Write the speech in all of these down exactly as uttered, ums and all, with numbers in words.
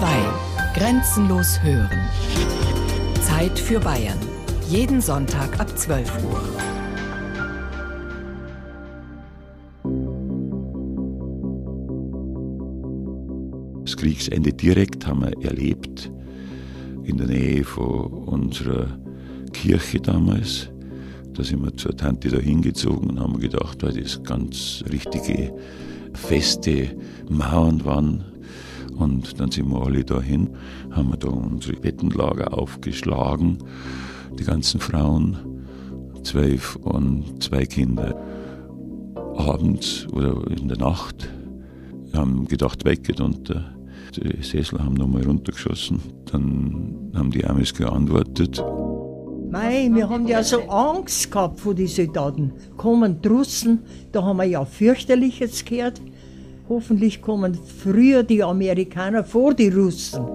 zwei. Grenzenlos hören. Zeit für Bayern. Jeden Sonntag ab zwölf Uhr. Das Kriegsende direkt haben wir erlebt, in der Nähe von unserer Kirche damals. Da sind wir zur Tante da hingezogen und haben gedacht, weil das ganz richtige, feste Mauern waren. Und dann sind wir alle dahin, haben wir da unsere Bettenlager aufgeschlagen, die ganzen Frauen, zwölf und zwei Kinder. Abends oder in der Nacht haben gedacht, weg geht unter. Die Sessel haben nochmal runtergeschossen. Dann haben die Amis geantwortet. Mei, wir haben ja so Angst gehabt vor den Soldaten. Kommen die Russen, da haben wir ja fürchterliches gehört. Hoffentlich kommen früher die Amerikaner vor die Russen.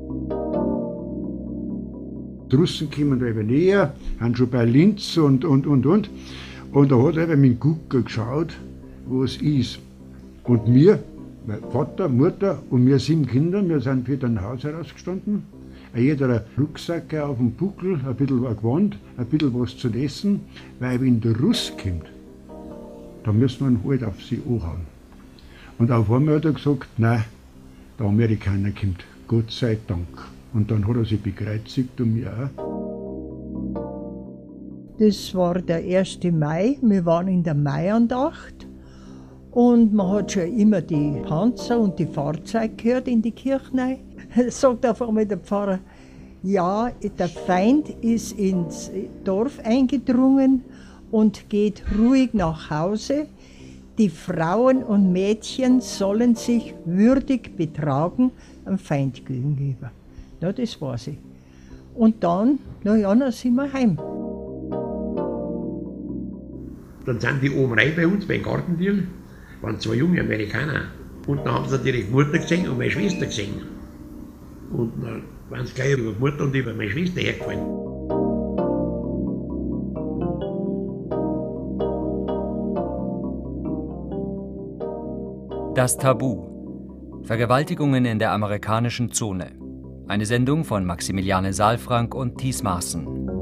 Die Russen kommen eben näher, haben schon bei Linz und, und, und, und. Und da hat er eben mit Gucker geschaut, wo es ist. Und wir, mein Vater, Mutter und wir sieben Kinder, wir sind wieder ein Haus herausgestanden. Jeder ein Rucksack auf dem Buckel, ein bisschen ein Gewand, ein bisschen was zu essen, weil wenn der Russ kommt, dann müssen wir ihn halt auf sie anhauen. Und auf einmal hat er gesagt, nein, der Amerikaner kommt, Gott sei Dank. Und dann hat er sich bekreuzigt und mir auch. Das war der erste Mai, wir waren in der Maiandacht. Und man hat schon immer die Panzer und die Fahrzeuge gehört in die Kirche rein. Sagt auf einmal der Pfarrer, ja, der Feind ist ins Dorf eingedrungen und geht ruhig nach Hause. Die Frauen und Mädchen sollen sich würdig betragen am Feind gegenüber. Ja, das war sie. Und dann, na ja, dann sind wir heim. Dann sind die oben rein bei uns, beim Gartendeal, waren zwei junge Amerikaner. Und dann haben sie natürlich die Mutter gesehen und meine Schwester gesehen. Und dann waren sie gleich über die Mutter und über meine Schwester hergefallen. Das Tabu. Vergewaltigungen in der amerikanischen Zone. Eine Sendung von Maximiliane Saalfrank und Thies Maaßen.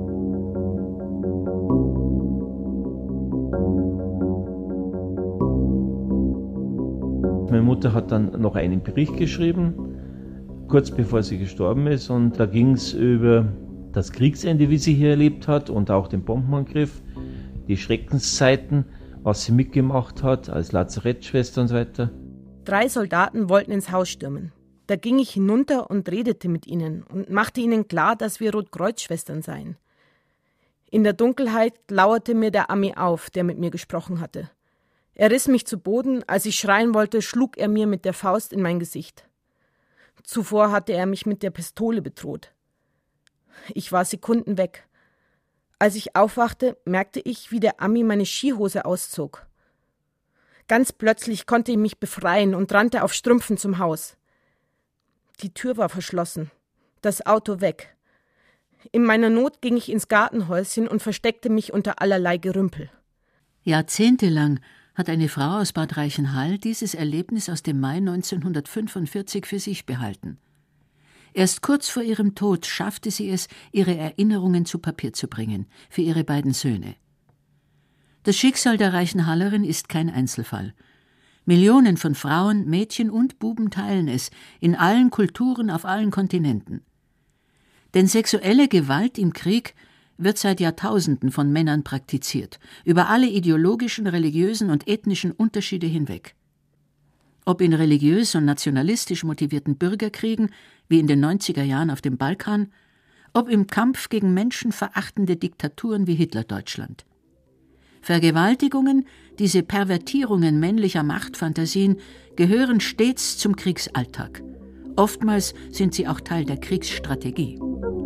Meine Mutter hat dann noch einen Bericht geschrieben, kurz bevor sie gestorben ist. Und da ging es über das Kriegsende, wie sie hier erlebt hat, und auch den Bombenangriff, die Schreckenszeiten, was sie mitgemacht hat als Lazarettschwester und so weiter. Drei Soldaten wollten ins Haus stürmen. Da ging ich hinunter und redete mit ihnen und machte ihnen klar, dass wir Rotkreuzschwestern seien. In der Dunkelheit lauerte mir der Ami auf, der mit mir gesprochen hatte. Er riss mich zu Boden, als ich schreien wollte, schlug er mir mit der Faust in mein Gesicht. Zuvor hatte er mich mit der Pistole bedroht. Ich war Sekunden weg. Als ich aufwachte, merkte ich, wie der Ami meine Skihose auszog. Ganz plötzlich konnte ich mich befreien und rannte auf Strümpfen zum Haus. Die Tür war verschlossen, das Auto weg. In meiner Not ging ich ins Gartenhäuschen und versteckte mich unter allerlei Gerümpel. Jahrzehntelang hat eine Frau aus Bad Reichenhall dieses Erlebnis aus dem Mai neunzehnhundertfünfundvierzig für sich behalten. Erst kurz vor ihrem Tod schaffte sie es, ihre Erinnerungen zu Papier zu bringen, für ihre beiden Söhne. Das Schicksal der Reichenhallerin ist kein Einzelfall. Millionen von Frauen, Mädchen und Buben teilen es, in allen Kulturen, auf allen Kontinenten. Denn sexuelle Gewalt im Krieg wird seit Jahrtausenden von Männern praktiziert, über alle ideologischen, religiösen und ethnischen Unterschiede hinweg. Ob in religiös und nationalistisch motivierten Bürgerkriegen, wie in den neunziger Jahren auf dem Balkan, ob im Kampf gegen menschenverachtende Diktaturen wie Hitlerdeutschland. Vergewaltigungen, diese Pervertierungen männlicher Machtfantasien, gehören stets zum Kriegsalltag. Oftmals sind sie auch Teil der Kriegsstrategie.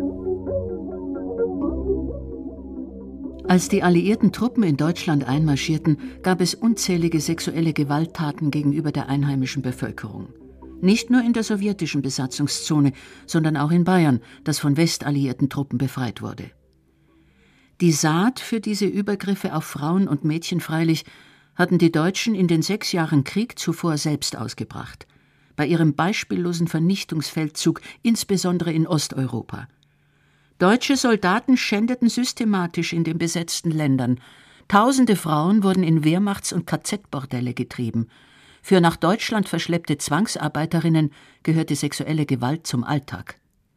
Als die alliierten Truppen in Deutschland einmarschierten, gab es unzählige sexuelle Gewalttaten gegenüber der einheimischen Bevölkerung. Nicht nur in der sowjetischen Besatzungszone, sondern auch in Bayern, das von westalliierten Truppen befreit wurde. Die Saat für diese Übergriffe auf Frauen und Mädchen freilich hatten die Deutschen in den sechs Jahren Krieg zuvor selbst ausgebracht. bei ihrem beispiellosen Vernichtungsfeldzug, insbesondere in Osteuropa. Deutsche Soldaten schändeten systematisch in den besetzten Ländern. Tausende Frauen wurden in Wehrmachts- und K Z-Bordelle getrieben. Für nach Deutschland verschleppte Zwangsarbeiterinnen gehörte sexuelle Gewalt zum Alltag.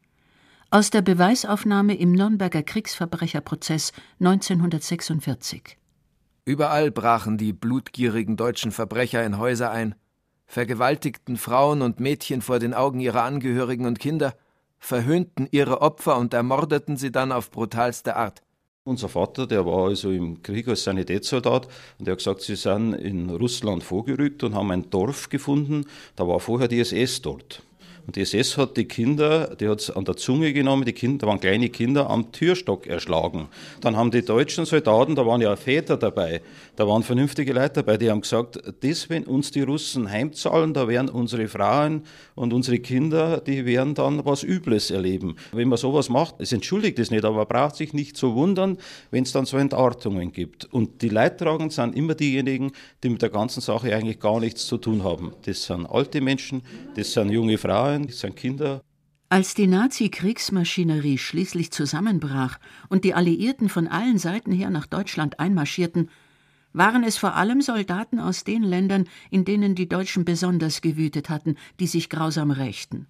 Aus der Beweisaufnahme im Nürnberger Kriegsverbrecherprozess neunzehnhundertsechsundvierzig. Überall brachen die blutgierigen deutschen Verbrecher in Häuser ein, vergewaltigten Frauen und Mädchen vor den Augen ihrer Angehörigen und Kinder, verhöhnten ihre Opfer und ermordeten sie dann auf brutalste Art. Unser Vater, der war also im Krieg als Sanitätssoldat und der hat gesagt, sie sind in Russland vorgerückt und haben ein Dorf gefunden, da war vorher die S S dort. Und die S S hat die Kinder, die hat es an der Zunge genommen, die Kinder, da waren kleine Kinder am Türstock erschlagen. Dann haben die deutschen Soldaten, da waren ja Väter dabei, da waren vernünftige Leute dabei, die haben gesagt, das, wenn uns die Russen heimzahlen, da werden unsere Frauen und unsere Kinder, die werden dann was Übles erleben. Wenn man sowas macht, es entschuldigt es nicht, aber man braucht sich nicht zu wundern, wenn es dann so Entartungen gibt. Und die Leidtragenden sind immer diejenigen, die mit der ganzen Sache eigentlich gar nichts zu tun haben. Das sind alte Menschen, das sind junge Frauen, das sind Kinder. Als die Nazi-Kriegsmaschinerie schließlich zusammenbrach und die Alliierten von allen Seiten her nach Deutschland einmarschierten, waren es vor allem Soldaten aus den Ländern, in denen die Deutschen besonders gewütet hatten, die sich grausam rächten.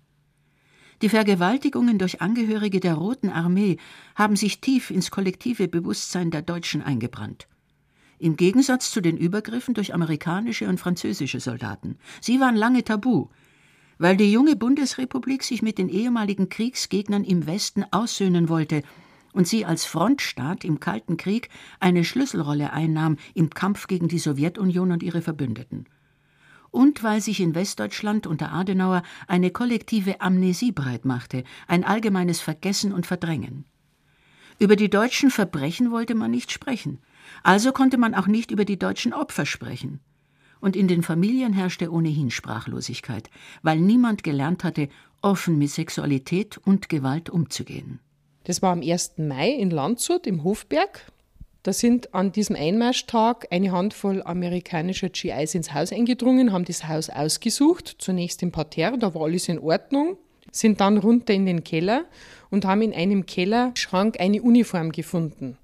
Die Vergewaltigungen durch Angehörige der Roten Armee haben sich tief ins kollektive Bewusstsein der Deutschen eingebrannt. Im Gegensatz zu den Übergriffen durch amerikanische und französische Soldaten. Sie waren lange tabu, weil die junge Bundesrepublik sich mit den ehemaligen Kriegsgegnern im Westen aussöhnen wollte und sie als Frontstaat im Kalten Krieg eine Schlüsselrolle einnahm im Kampf gegen die Sowjetunion und ihre Verbündeten. Und weil sich in Westdeutschland unter Adenauer eine kollektive Amnesie breitmachte, ein allgemeines Vergessen und Verdrängen. Über die deutschen Verbrechen wollte man nicht sprechen, also konnte man auch nicht über die deutschen Opfer sprechen. Und in den Familien herrschte ohnehin Sprachlosigkeit, weil niemand gelernt hatte, offen mit Sexualität und Gewalt umzugehen. Das war am ersten Mai in Landshut im Hofberg. Da sind an diesem Einmarschtag eine Handvoll amerikanischer G Is ins Haus eingedrungen, haben das Haus ausgesucht, zunächst im Parterre, da war alles in Ordnung, sind dann runter in den Keller und haben in einem Kellerschrank eine Uniform gefunden.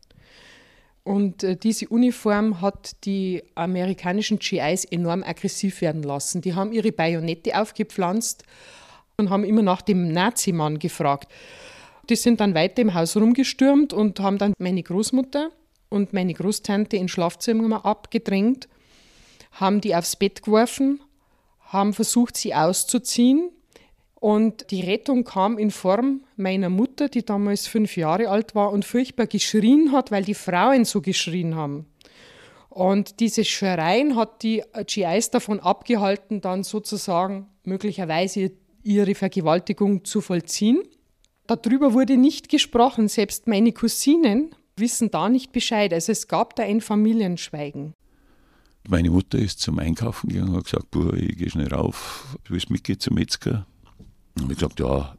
Und äh, diese Uniform hat die amerikanischen G Is enorm aggressiv werden lassen. Die haben ihre Bajonette aufgepflanzt und haben immer nach dem Nazimann gefragt. Die sind dann weiter im Haus rumgestürmt und haben dann meine Großmutter und meine Großtante ins Schlafzimmer abgedrängt, haben die aufs Bett geworfen, haben versucht, sie auszuziehen. Und die Rettung kam in Form meiner Mutter, die damals fünf Jahre alt war und furchtbar geschrien hat, weil die Frauen so geschrien haben. Und dieses Schreien hat die G Is davon abgehalten, dann sozusagen möglicherweise ihre Vergewaltigung zu vollziehen. Darüber wurde nicht gesprochen, selbst meine Cousinen wissen da nicht Bescheid. Also es gab da ein Familienschweigen. Meine Mutter ist zum Einkaufen gegangen und hat gesagt, Buh, ich gehe schnell rauf, du willst mitgehen zum Metzger? Und ich gesagt, ja.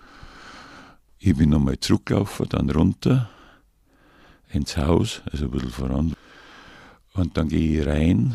Ich bin nochmal zurückgelaufen, dann runter ins Haus, also ein bisschen voran. Und dann gehe ich rein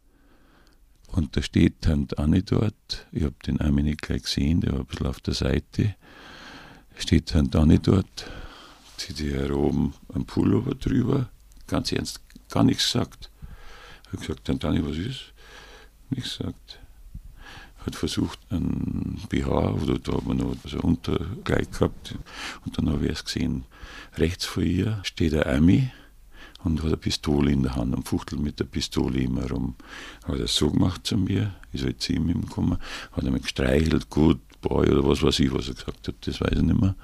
und da steht Tante Anne dort. Ich habe den Armin nicht gleich gesehen, der war ein bisschen auf der Seite. Steht Tante Anne dort, zieht sich hier oben am Pullover drüber, ganz ernst, gar nichts gesagt. Ich habe gesagt, Tante Anne, was ist? Nichts gesagt. Hat versucht, einen B H, oder da haben wir noch so ein Unterkleid gehabt. Und dann habe ich erst gesehen, rechts vor ihr steht ein Ami und hat eine Pistole in der Hand, und fuchtelt mit der Pistole immer rum. Hat er so gemacht zu mir, ich soll zu ihm kommen, hat er mich gestreichelt, gut, Boy, oder was weiß ich, was er gesagt hat, das weiß ich nicht mehr.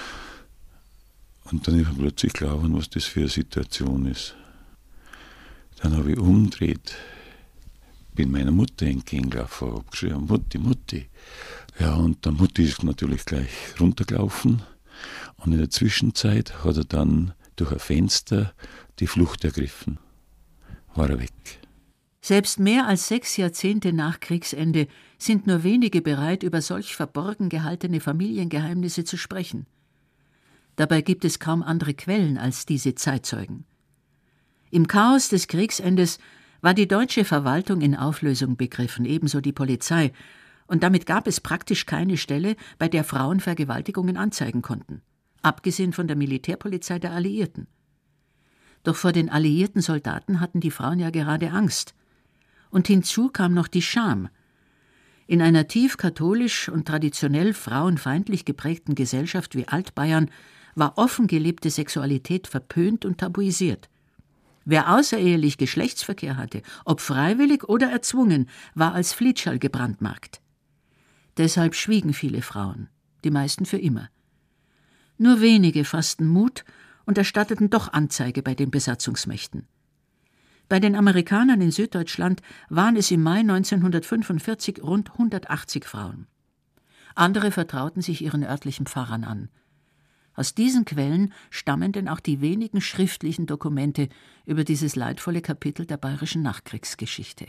Und dann ist mir plötzlich klar geworden, was das für eine Situation ist. Dann habe ich umgedreht, bin meiner Mutter entgegengelaufen, habe geschrien, Mutti, Mutti. Ja, und der Mutti ist natürlich gleich runtergelaufen. Und in der Zwischenzeit hat er dann durch ein Fenster die Flucht ergriffen. War er weg. Selbst mehr als sechs Jahrzehnte nach Kriegsende sind nur wenige bereit, über solch verborgen gehaltene Familiengeheimnisse zu sprechen. Dabei gibt es kaum andere Quellen als diese Zeitzeugen. Im Chaos des Kriegsendes war die deutsche Verwaltung in Auflösung begriffen, ebenso die Polizei, und damit gab es praktisch keine Stelle, bei der Frauen Vergewaltigungen anzeigen konnten, abgesehen von der Militärpolizei der Alliierten. Doch vor den alliierten Soldaten hatten die Frauen ja gerade Angst. Und hinzu kam noch die Scham. In einer tief katholisch und traditionell frauenfeindlich geprägten Gesellschaft wie Altbayern war offen gelebte Sexualität verpönt und tabuisiert. Wer außerehelich Geschlechtsverkehr hatte, ob freiwillig oder erzwungen, war als Fliedschall gebrandmarkt. Deshalb schwiegen viele Frauen, die meisten für immer. Nur wenige fassten Mut und erstatteten doch Anzeige bei den Besatzungsmächten. Bei den Amerikanern in Süddeutschland waren es im Mai neunzehnhundertfünfundvierzig rund hundertachtzig Frauen. Andere vertrauten sich ihren örtlichen Pfarrern an. Aus diesen Quellen stammen denn auch die wenigen schriftlichen Dokumente über dieses leidvolle Kapitel der bayerischen Nachkriegsgeschichte.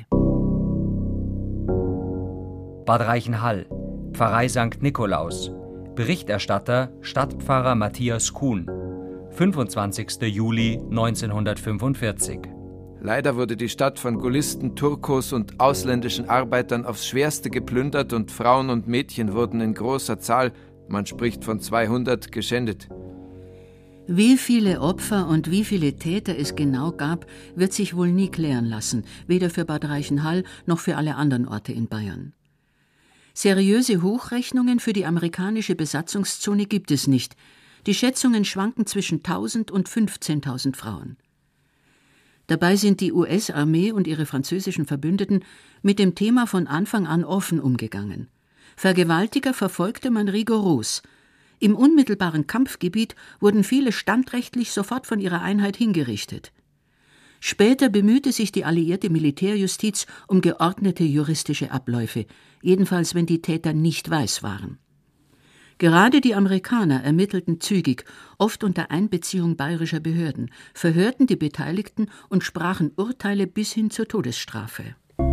Bad Reichenhall, Pfarrei Sankt Nikolaus. Berichterstatter Stadtpfarrer Matthias Kuhn. fünfundzwanzigster Juli neunzehnhundertfünfundvierzig. Leider wurde die Stadt von Gaullisten, Turkos und ausländischen Arbeitern aufs Schwerste geplündert und Frauen und Mädchen wurden in großer Zahl, man spricht von zweihundert, geschändet. Wie viele Opfer und wie viele Täter es genau gab, wird sich wohl nie klären lassen, weder für Bad Reichenhall noch für alle anderen Orte in Bayern. Seriöse Hochrechnungen für die amerikanische Besatzungszone gibt es nicht. Die Schätzungen schwanken zwischen tausend und fünfzehntausend Frauen. Dabei sind die U S-Armee und ihre französischen Verbündeten mit dem Thema von Anfang an offen umgegangen. Vergewaltiger verfolgte man rigoros. Im unmittelbaren Kampfgebiet wurden viele standrechtlich sofort von ihrer Einheit hingerichtet. Später bemühte sich die alliierte Militärjustiz um geordnete juristische Abläufe, jedenfalls wenn die Täter nicht weiß waren. Gerade die Amerikaner ermittelten zügig, oft unter Einbeziehung bayerischer Behörden, verhörten die Beteiligten und sprachen Urteile bis hin zur Todesstrafe.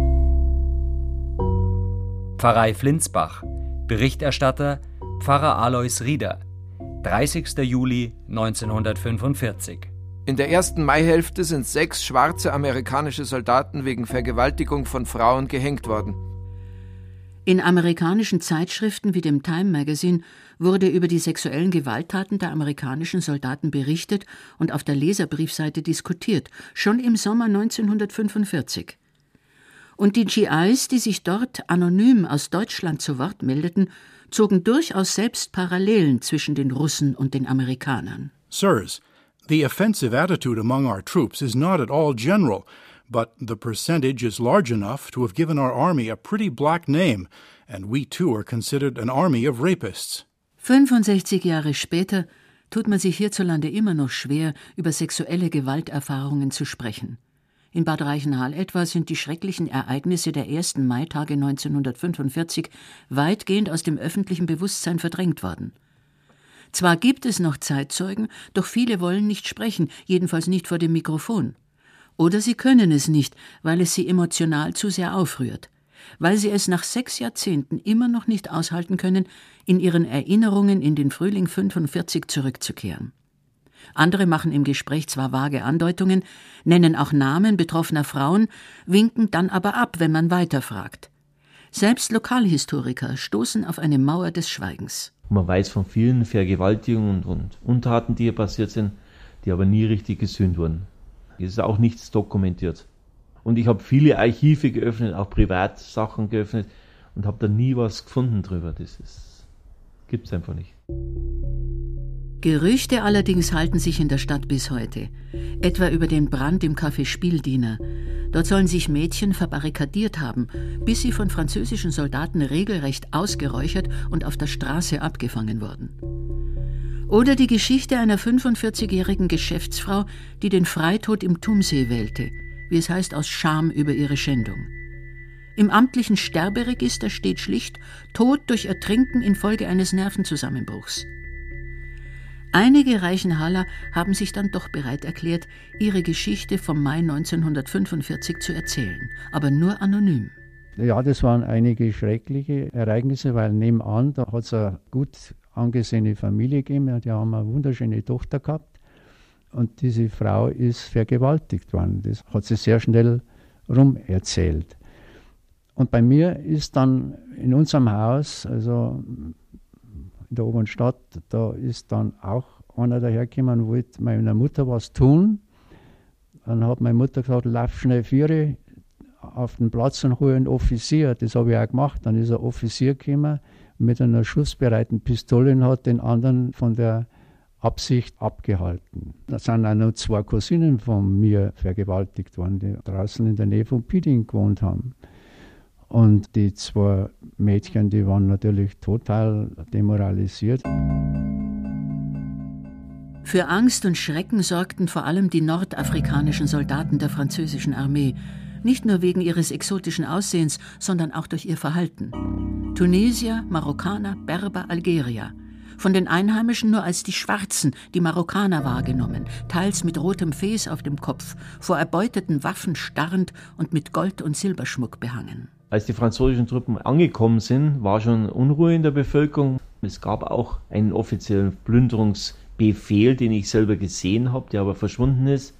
Pfarrei Flinsbach. Berichterstatter Pfarrer Alois Rieder. dreißigster Juli neunzehnhundertfünfundvierzig. In der ersten Maihälfte sind sechs schwarze amerikanische Soldaten wegen Vergewaltigung von Frauen gehängt worden. In amerikanischen Zeitschriften wie dem Time Magazine wurde über die sexuellen Gewalttaten der amerikanischen Soldaten berichtet und auf der Leserbriefseite diskutiert, schon im Sommer neunzehnhundertfünfundvierzig. Und die G Is, die sich dort anonym aus Deutschland zu Wort meldeten, zogen durchaus selbst Parallelen zwischen den Russen und den Amerikanern. Sirs, the offensive attitude among our troops is not at all general, but the percentage is large enough to have given our army a pretty black name, and we too are considered an army of rapists. fünfundsechzig Jahre später tut man sich hierzulande immer noch schwer, über sexuelle Gewalterfahrungen zu sprechen. In Bad Reichenhall etwa sind die schrecklichen Ereignisse der ersten Maitage neunzehnhundertfünfundvierzig weitgehend aus dem öffentlichen Bewusstsein verdrängt worden. Zwar gibt es noch Zeitzeugen, doch viele wollen nicht sprechen, jedenfalls nicht vor dem Mikrofon. Oder sie können es nicht, weil es sie emotional zu sehr aufrührt, weil sie es nach sechs Jahrzehnten immer noch nicht aushalten können, in ihren Erinnerungen in den Frühling fünfundvierzig zurückzukehren. Andere machen im Gespräch zwar vage Andeutungen, nennen auch Namen betroffener Frauen, winken dann aber ab, wenn man weiterfragt. Selbst Lokalhistoriker stoßen auf eine Mauer des Schweigens. Man weiß von vielen Vergewaltigungen und Untaten, die hier passiert sind, die aber nie richtig gesühnt wurden. Es ist auch nichts dokumentiert. Und ich habe viele Archive geöffnet, auch Privatsachen geöffnet und habe da nie was gefunden drüber. Das gibt es einfach nicht. Gerüchte allerdings halten sich in der Stadt bis heute. Etwa über den Brand im Café Spieldiener. Dort sollen sich Mädchen verbarrikadiert haben, bis sie von französischen Soldaten regelrecht ausgeräuchert und auf der Straße abgefangen wurden. Oder die Geschichte einer fünfundvierzigjährigen Geschäftsfrau, die den Freitod im Tumsee wählte, wie es heißt, aus Scham über ihre Schändung. Im amtlichen Sterberegister steht schlicht Tod durch Ertrinken infolge eines Nervenzusammenbruchs. Einige Reichenhaller haben sich dann doch bereit erklärt, ihre Geschichte vom Mai neunzehnhundertfünfundvierzig zu erzählen, aber nur anonym. Ja, das waren einige schreckliche Ereignisse, weil nebenan, da hat es eine gut angesehene Familie gegeben, die haben eine wunderschöne Tochter gehabt und diese Frau ist vergewaltigt worden. Das hat sie sehr schnell rum erzählt. Und bei mir ist dann in unserem Haus, also in der oberen Stadt, da ist dann auch einer dahergekommen und wollte meiner Mutter was tun. Dann hat meine Mutter gesagt, lauf schnell vier auf den Platz und hol einen Offizier. Das habe ich auch gemacht. Dann ist ein Offizier gekommen mit einer schussbereiten Pistole und hat den anderen von der Absicht abgehalten. Da sind auch noch zwei Cousinen von mir vergewaltigt worden, die draußen in der Nähe von Piding gewohnt haben. Und die zwei Mädchen, die waren natürlich total demoralisiert. Für Angst und Schrecken sorgten vor allem die nordafrikanischen Soldaten der französischen Armee, nicht nur wegen ihres exotischen Aussehens, sondern auch durch ihr Verhalten. Tunesier, Marokkaner, Berber, Algerier. Von den Einheimischen nur als die Schwarzen, die Marokkaner wahrgenommen, teils mit rotem Fes auf dem Kopf, vor erbeuteten Waffen starrend und mit Gold- und Silberschmuck behangen. Als die französischen Truppen angekommen sind, war schon Unruhe in der Bevölkerung. Es gab auch einen offiziellen Plünderungsbefehl, den ich selber gesehen habe, der aber verschwunden ist.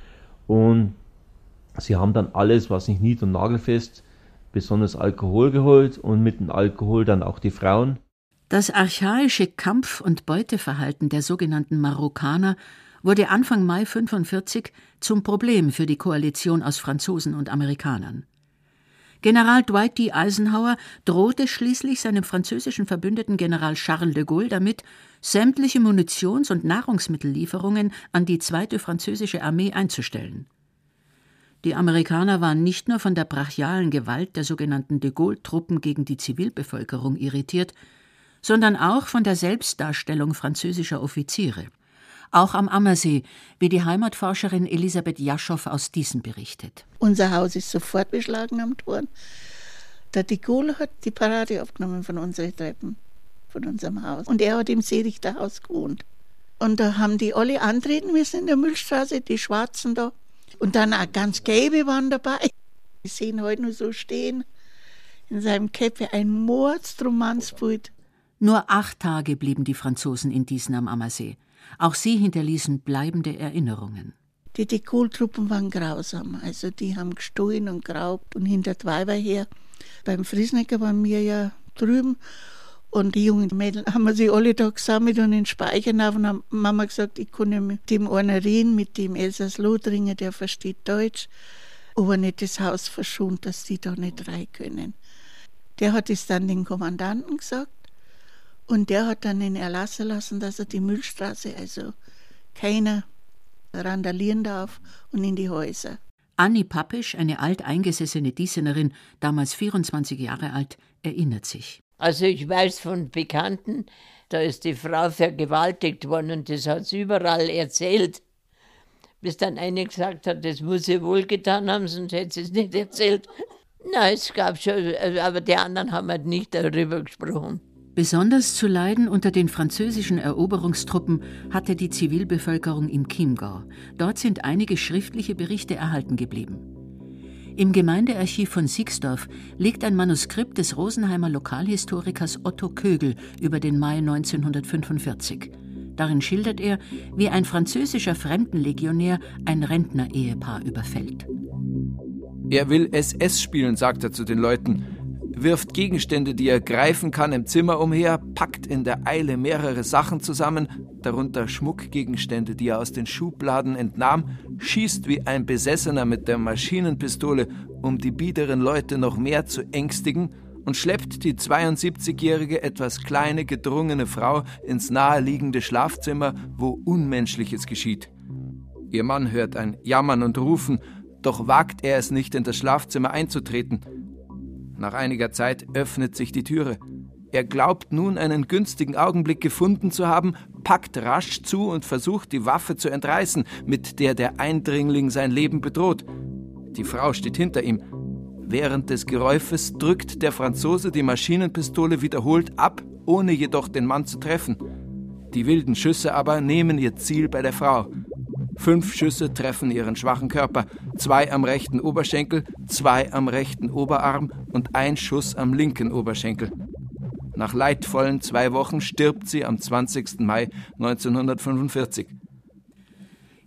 Und sie haben dann alles, was nicht nied- und nagelfest, besonders Alkohol geholt und mit dem Alkohol dann auch die Frauen. Das archaische Kampf- und Beuteverhalten der sogenannten Marokkaner wurde Anfang Mai fünfundvierzig zum Problem für die Koalition aus Franzosen und Amerikanern. General Dwight D. Eisenhower drohte schließlich seinem französischen Verbündeten General Charles de Gaulle damit, sämtliche Munitions- und Nahrungsmittellieferungen an die zweite französische Armee einzustellen. Die Amerikaner waren nicht nur von der brachialen Gewalt der sogenannten de Gaulle-Truppen gegen die Zivilbevölkerung irritiert, sondern auch von der Selbstdarstellung französischer Offiziere. Auch am Ammersee, wie die Heimatforscherin Elisabeth Jaschow aus Diesen berichtet. Unser Haus ist sofort beschlagnahmt worden. Der de Gaulle hat die Parade aufgenommen von unseren Treppen, von unserem Haus. Und er hat im Seerichterhaus gewohnt. Und da haben die alle antreten müssen in der Mühlstraße, die Schwarzen da. Und dann auch ganz Gelbe waren dabei. Wir sehen heute nur so stehen, in seinem Käppi ein Mordsromansbild. Nur acht Tage blieben die Franzosen in Diesen am Ammersee. Auch sie hinterließen bleibende Erinnerungen. Die de Gaulle-Truppen waren grausam. Also die haben gestohlen und geraubt und hinter die Weiber her. Beim Friesnecker waren wir ja drüben. Und die jungen Mädels haben wir sich alle da gesammelt und in den Speicher rauf und haben Mama gesagt, ich kann ja mit dem einer reden, mit dem Elsass-Lothringer, der versteht Deutsch, aber nicht das Haus verschont, dass die da nicht rein können. Der hat es dann den Kommandanten gesagt und der hat dann ihn erlassen lassen, dass er die Mühlstraße, also keiner randalieren darf und in die Häuser. Anni Pappisch, eine alteingesessene Diesenerin, damals vierundzwanzig Jahre alt, erinnert sich. Also ich weiß von Bekannten, da ist die Frau vergewaltigt worden und das hat sie überall erzählt. Bis dann eine gesagt hat, das muss sie wohl getan haben, sonst hätte sie es nicht erzählt. Nein, es gab schon, aber die anderen haben halt nicht darüber gesprochen. Besonders zu leiden unter den französischen Eroberungstruppen hatte die Zivilbevölkerung im Chiemgau. Dort sind einige schriftliche Berichte erhalten geblieben. Im Gemeindearchiv von Sixdorf liegt ein Manuskript des Rosenheimer Lokalhistorikers Otto Kögel über den Mai neunzehnhundertfünfundvierzig. Darin schildert er, wie ein französischer Fremdenlegionär ein Rentner-Ehepaar überfällt. Er will S S spielen, sagt er zu den Leuten, wirft Gegenstände, die er greifen kann, im Zimmer umher, packt in der Eile mehrere Sachen zusammen, darunter Schmuckgegenstände, die er aus den Schubladen entnahm, schießt wie ein Besessener mit der Maschinenpistole, um die biederen Leute noch mehr zu ängstigen, und schleppt die zweiundsiebzigjährige, etwas kleine, gedrungene Frau ins naheliegende Schlafzimmer, wo Unmenschliches geschieht. Ihr Mann hört ein Jammern und Rufen, doch wagt er es nicht, in das Schlafzimmer einzutreten. Nach einiger Zeit öffnet sich die Türe. Er glaubt nun, einen günstigen Augenblick gefunden zu haben, packt rasch zu und versucht, die Waffe zu entreißen, mit der der Eindringling sein Leben bedroht. Die Frau steht hinter ihm. Während des Geräufes drückt der Franzose die Maschinenpistole wiederholt ab, ohne jedoch den Mann zu treffen. Die wilden Schüsse aber nehmen ihr Ziel bei der Frau. Fünf Schüsse treffen ihren schwachen Körper, zwei am rechten Oberschenkel, zwei am rechten Oberarm und ein Schuss am linken Oberschenkel. Nach leidvollen zwei Wochen stirbt sie am zwanzigsten Mai neunzehnhundertfünfundvierzig.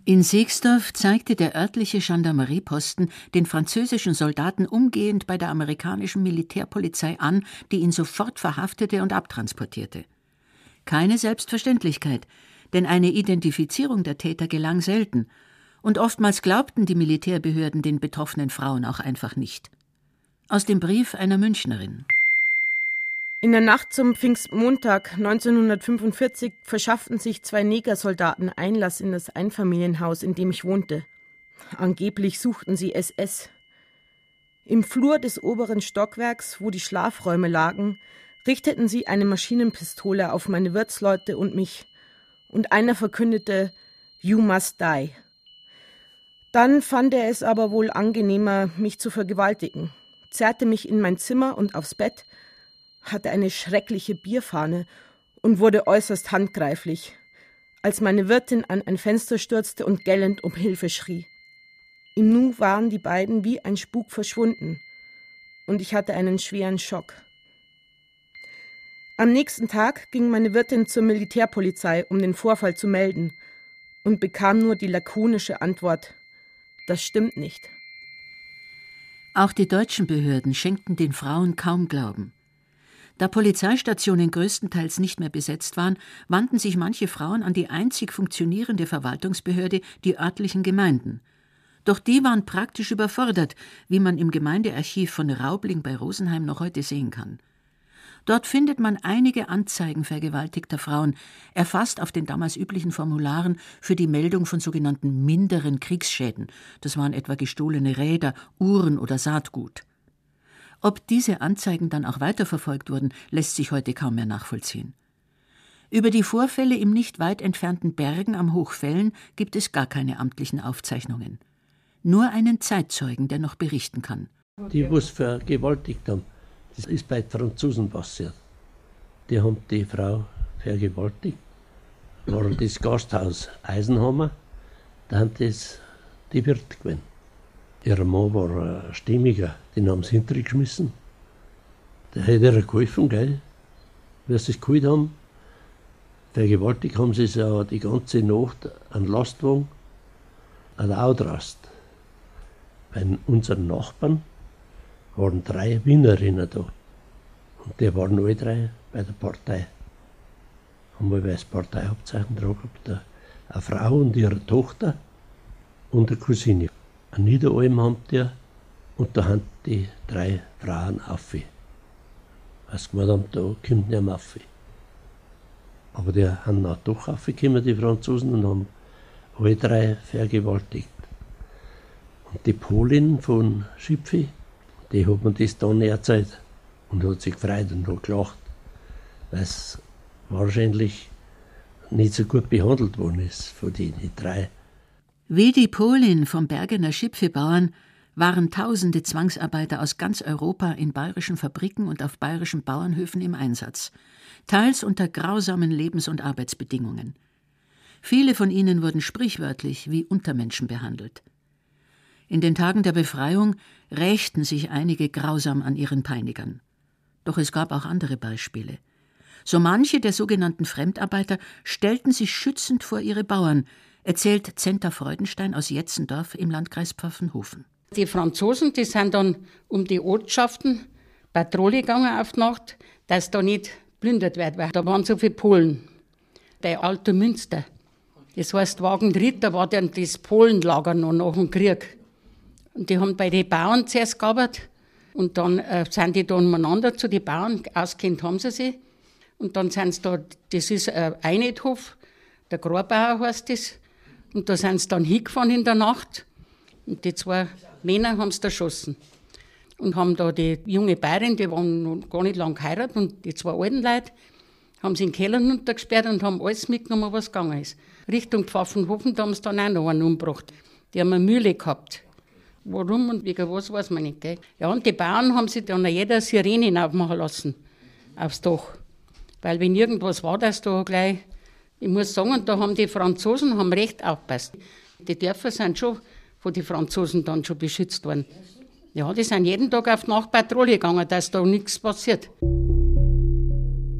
In Sexdorf zeigte der örtliche Gendarmerieposten den französischen Soldaten umgehend bei der amerikanischen Militärpolizei an, die ihn sofort verhaftete und abtransportierte. Keine Selbstverständlichkeit, denn eine Identifizierung der Täter gelang selten, und oftmals glaubten die Militärbehörden den betroffenen Frauen auch einfach nicht. Aus dem Brief einer Münchnerin. In der Nacht zum Pfingstmontag neunzehnhundertfünfundvierzig verschafften sich zwei Negersoldaten Einlass in das Einfamilienhaus, in dem ich wohnte. Angeblich suchten sie S S. Im Flur des oberen Stockwerks, wo die Schlafräume lagen, richteten sie eine Maschinenpistole auf meine Wirtsleute und mich, und einer verkündete "You must die". Dann fand er es aber wohl angenehmer, mich zu vergewaltigen, zerrte mich in mein Zimmer und aufs Bett, hatte eine schreckliche Bierfahne und wurde äußerst handgreiflich, als meine Wirtin an ein Fenster stürzte und gellend um Hilfe schrie. Im Nu waren die beiden wie ein Spuk verschwunden, und ich hatte einen schweren Schock. Am nächsten Tag ging meine Wirtin zur Militärpolizei, um den Vorfall zu melden, und bekam nur die lakonische Antwort: Das stimmt nicht. Auch die deutschen Behörden schenkten den Frauen kaum Glauben. Da Polizeistationen größtenteils nicht mehr besetzt waren, wandten sich manche Frauen an die einzig funktionierende Verwaltungsbehörde, die örtlichen Gemeinden. Doch die waren praktisch überfordert, wie man im Gemeindearchiv von Raubling bei Rosenheim noch heute sehen kann. Dort findet man einige Anzeigen vergewaltigter Frauen, erfasst auf den damals üblichen Formularen für die Meldung von sogenannten minderen Kriegsschäden. Das waren etwa gestohlene Räder, Uhren oder Saatgut. Ob diese Anzeigen dann auch weiterverfolgt wurden, lässt sich heute kaum mehr nachvollziehen. Über die Vorfälle im nicht weit entfernten Bergen am Hochfällen gibt es gar keine amtlichen Aufzeichnungen. Nur einen Zeitzeugen, der noch berichten kann. Die, die es vergewaltigt haben, das ist bei den Franzosen passiert. Die haben die Frau vergewaltigt, war das Gasthaus Eisenhammer, da haben das die Wirt gewesen. Ihr Mann war ein Stimmiger, den haben sie hintergeschmissen. Der hat ihr geholfen, gell? Wie sie es geholt haben. Vergewaltigt haben sie es ja die ganze Nacht an Lastwagen an der Audrast. Bei unseren Nachbarn waren drei Wienerinnen da. Und die waren alle drei bei der Partei. Haben wir das Parteiabzeichen dran gehabt. Eine Frau und ihre Tochter und eine Cousine. Ein Niederalm haben die und da haben die drei Frauen auf. Was gemacht haben, da kommt nicht mehr auf. Aber die haben auch doch aufgekommen, die Franzosen, und haben alle drei vergewaltigt. Und die Polin von Schipfi, die hat mir das dann erzählt und hat sich gefreut und hat gelacht, weil es wahrscheinlich nicht so gut behandelt worden ist von den drei. Wie die Polin vom Bergener Schipfebauern waren tausende Zwangsarbeiter aus ganz Europa in bayerischen Fabriken und auf bayerischen Bauernhöfen im Einsatz, teils unter grausamen Lebens- und Arbeitsbedingungen. Viele von ihnen wurden sprichwörtlich wie Untermenschen behandelt. In den Tagen der Befreiung rächten sich einige grausam an ihren Peinigern. Doch es gab auch andere Beispiele. So manche der sogenannten Fremdarbeiter stellten sich schützend vor ihre Bauern, erzählt Zenta Freudenstein aus Jetzendorf im Landkreis Pfaffenhofen. Die Franzosen, die sind dann um die Ortschaften Patrouille gegangen auf die Nacht, dass da nicht plündert wird, weil da waren so viele Polen. Der alte Münster, das heißt Wagendried, da war dann das Polenlager noch nach dem Krieg. Und die haben bei den Bauern zuerst gearbeitet und dann äh, sind die da umeinander zu den Bauern, auskennt haben sie sich. Und dann sind sie da, das ist ein Einheithof, der Grabauer heißt das. Und da sind sie dann hingefahren in der Nacht. Und die zwei Männer haben sie da erschossen. Und haben da die junge Bayerin, die waren noch gar nicht lange geheiratet, und die zwei alten Leute, haben sie in den Keller runtergesperrt und haben alles mitgenommen, was gegangen ist. Richtung Pfaffenhofen, da haben sie dann auch noch einen umgebracht. Die haben eine Mühle gehabt. Warum und wegen was, weiß man nicht. Gell? Ja, und die Bauern haben sich dann jeder Sirene aufmachen lassen, aufs Dach. Weil wenn irgendwas war, dass da gleich, ich muss sagen, da haben die Franzosen haben recht aufgepasst. Die Dörfer sind schon von den Franzosen dann schon beschützt worden. Ja, die sind jeden Tag auf die Nachtpatrouille gegangen, dass da nichts passiert.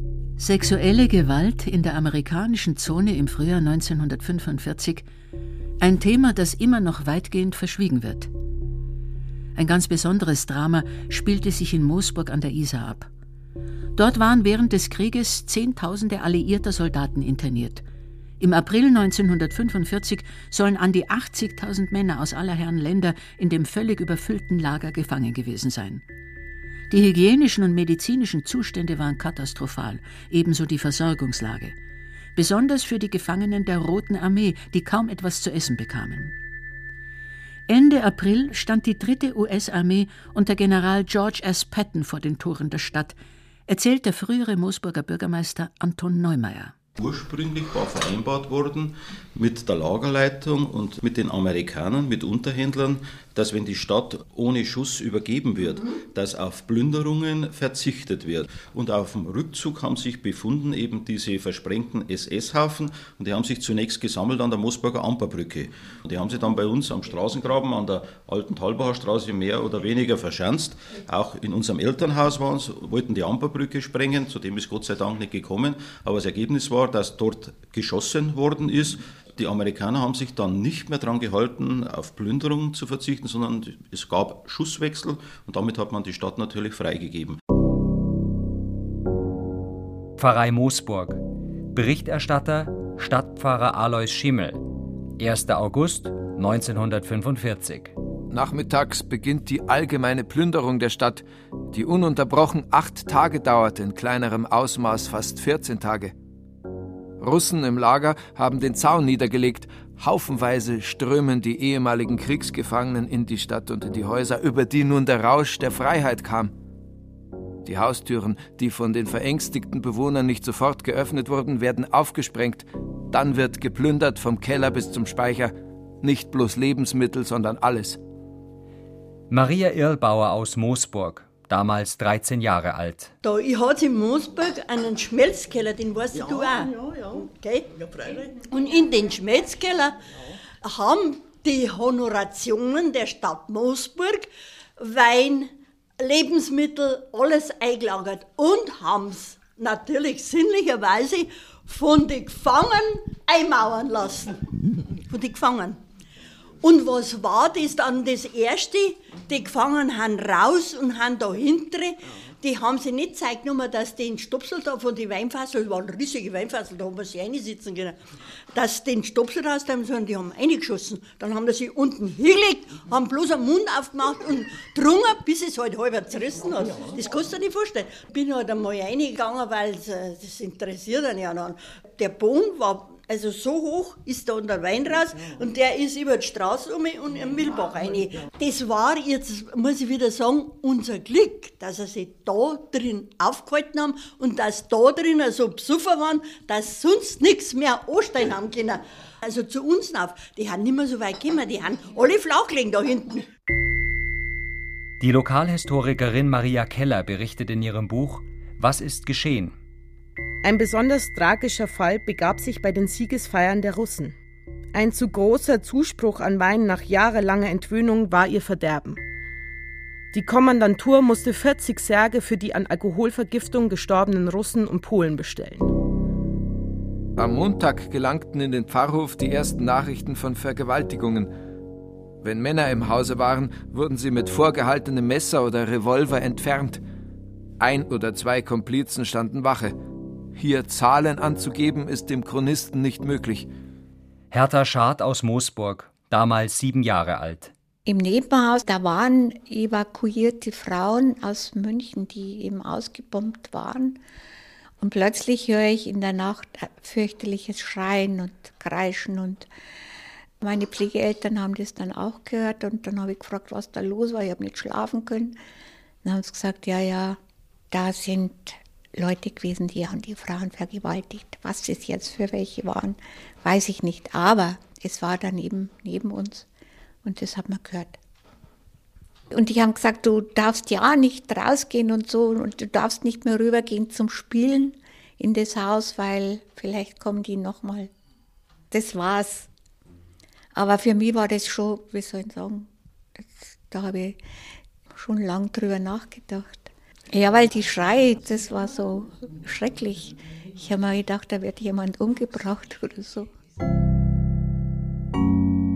Sexuelle Gewalt in der amerikanischen Zone im Frühjahr neunzehnhundertfünfundvierzig Ein Thema, das immer noch weitgehend verschwiegen wird. Ein ganz besonderes Drama spielte sich in Moosburg an der Isar ab. Dort waren während des Krieges Zehntausende alliierter Soldaten interniert. Im April neunzehnhundertfünfundvierzig sollen an die achtzigtausend Männer aus aller Herren Länder in dem völlig überfüllten Lager gefangen gewesen sein. Die hygienischen und medizinischen Zustände waren katastrophal, ebenso die Versorgungslage. Besonders für die Gefangenen der Roten Armee, die kaum etwas zu essen bekamen. Ende April stand die dritte U S-Armee unter General George S. Patton vor den Toren der Stadt, erzählt der frühere Moosburger Bürgermeister Anton Neumeier. Ursprünglich war vereinbart worden mit der Lagerleitung und mit den Amerikanern, mit Unterhändlern, dass wenn die Stadt ohne Schuss übergeben wird, dass auf Plünderungen verzichtet wird. Und auf dem Rückzug haben sich befunden eben diese versprengten S S-Haufen und die haben sich zunächst gesammelt an der Moosburger Amperbrücke. Und die haben sich dann bei uns am Straßengraben an der alten Talbacher Straße mehr oder weniger verschanzt. Auch in unserem Elternhaus waren es, wollten die Amperbrücke sprengen, zu dem ist Gott sei Dank nicht gekommen, aber das Ergebnis war, dass dort geschossen worden ist. Die Amerikaner haben sich dann nicht mehr daran gehalten, auf Plünderung zu verzichten, sondern es gab Schusswechsel und damit hat man die Stadt natürlich freigegeben. Pfarrei Moosburg. Berichterstatter Stadtpfarrer Alois Schimmel. erster August neunzehnhundertfünfundvierzig. Nachmittags beginnt die allgemeine Plünderung der Stadt, die ununterbrochen acht Tage dauerte, in kleinerem Ausmaß fast vierzehn Tage. Russen im Lager haben den Zaun niedergelegt. Haufenweise strömen die ehemaligen Kriegsgefangenen in die Stadt und in die Häuser, über die nun der Rausch der Freiheit kam. Die Haustüren, die von den verängstigten Bewohnern nicht sofort geöffnet wurden, werden aufgesprengt. Dann wird geplündert vom Keller bis zum Speicher. Nicht bloß Lebensmittel, sondern alles. Maria Irlbauer aus Moosburg, damals dreizehn Jahre alt. Da, ich hatte in Moosburg einen Schmelzkeller, den weißt ja, du auch. Ja, ja. Okay? Ja, freilich. Und in den Schmelzkeller ja. haben die Honorationen der Stadt Moosburg Wein, Lebensmittel, alles eingelagert und haben es natürlich sinnlicherweise von den Gefangenen einmauern lassen. Von den Gefangenen. Und was war das dann das Erste? Die Gefangenen haben raus und haben da hintere, die haben sich nicht Zeit genommen, dass den Stopsel da von den Weinfasseln, das waren riesige Weinfasseln, da haben wir sie reinsitzen können, dass den Stopsel raus haben, sondern die haben reingeschossen. Dann haben die sich unten hingelegt, haben bloß den Mund aufgemacht und getrunken, bis es halt halb zerrissen hat. Das kannst du dir nicht vorstellen. Ich bin halt einmal reingegangen, weil das interessiert einen ja dann. Der Boden war also so hoch ist da der Wein raus und der ist über die Straße um und im Mühlbach rein. Das war jetzt, muss ich wieder sagen, unser Glück, dass sie sich da drin aufgehalten haben und dass da drin so besoffen waren, dass sonst nichts mehr anstehen haben können. Also zu uns auf, die haben nicht mehr so weit gekommen, die haben alle flach gelegen da hinten. Die Lokalhistorikerin Maria Keller berichtet in ihrem Buch »Was ist geschehen?« Ein besonders tragischer Fall begab sich bei den Siegesfeiern der Russen. Ein zu großer Zuspruch an Wein nach jahrelanger Entwöhnung war ihr Verderben. Die Kommandantur musste vierzig Särge für die an Alkoholvergiftung gestorbenen Russen und Polen bestellen. Am Montag gelangten in den Pfarrhof die ersten Nachrichten von Vergewaltigungen. Wenn Männer im Hause waren, wurden sie mit vorgehaltenem Messer oder Revolver entfernt. Ein oder zwei Komplizen standen Wache. Hier Zahlen anzugeben, ist dem Chronisten nicht möglich. Hertha Schad aus Moosburg, damals sieben Jahre alt. Im Nebenhaus, da waren evakuierte Frauen aus München, die eben ausgebombt waren. Und plötzlich höre ich in der Nacht fürchterliches Schreien und Kreischen. Und meine Pflegeeltern haben das dann auch gehört. Und dann habe ich gefragt, was da los war. Ich habe nicht schlafen können. Dann haben sie gesagt, ja, ja, da sind Leute gewesen, die haben die Frauen vergewaltigt. Was es jetzt für welche waren, weiß ich nicht. Aber es war dann eben neben uns und das hat man gehört. Und die haben gesagt, du darfst ja nicht rausgehen und so und du darfst nicht mehr rübergehen zum Spielen in das Haus, weil vielleicht kommen die nochmal. Das war's. Aber für mich war das schon, wie soll ich sagen, das, da habe ich schon lange drüber nachgedacht. Ja, weil die Schreie, das war so schrecklich. Ich habe mir gedacht, da wird jemand umgebracht oder so.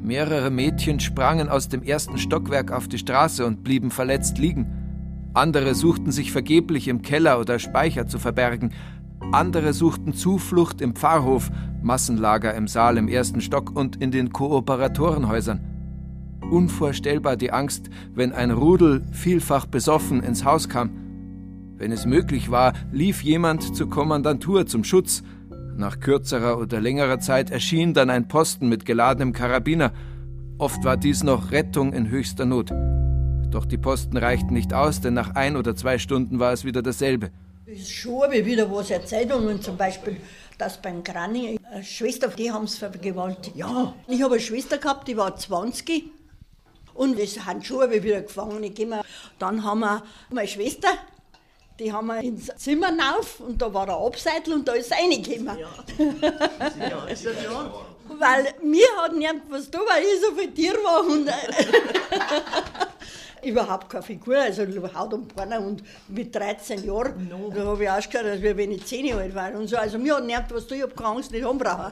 Mehrere Mädchen sprangen aus dem ersten Stockwerk auf die Straße und blieben verletzt liegen. Andere suchten sich vergeblich im Keller oder Speicher zu verbergen. Andere suchten Zuflucht im Pfarrhof, Massenlager im Saal im ersten Stock und in den Kooperatorenhäusern. Unvorstellbar die Angst, wenn ein Rudel, vielfach besoffen, ins Haus kam. Wenn es möglich war, lief jemand zur Kommandantur zum Schutz. Nach kürzerer oder längerer Zeit erschien dann ein Posten mit geladenem Karabiner. Oft war dies noch Rettung in höchster Not. Doch die Posten reichten nicht aus, denn nach ein oder zwei Stunden war es wieder dasselbe. Es schon habe ich wieder was Erzählungen, zum Beispiel, dass beim Granny eine Schwester, die haben es vergewaltigt. Ja, ich habe eine Schwester gehabt, die war zwanzig und das Handschuhe habe ich wieder gefangen. Ich geh mal, dann haben wir meine Schwester, die haben wir ins Zimmer rauf und da war ein Abseitel und da ist sie reingekommen. Ja. Ja, ist ja klar. Weil mir hat niemand was da, weil ich so viel Tier war und überhaupt keine Figur, also Haut und Beine und mit dreizehn Jahren, no. Da habe ich ausgeschaut, als wenn ich zehn Jahre alt war und so. Also mir hat niemand was da, ich habe keine Angst, nicht anbrauchen.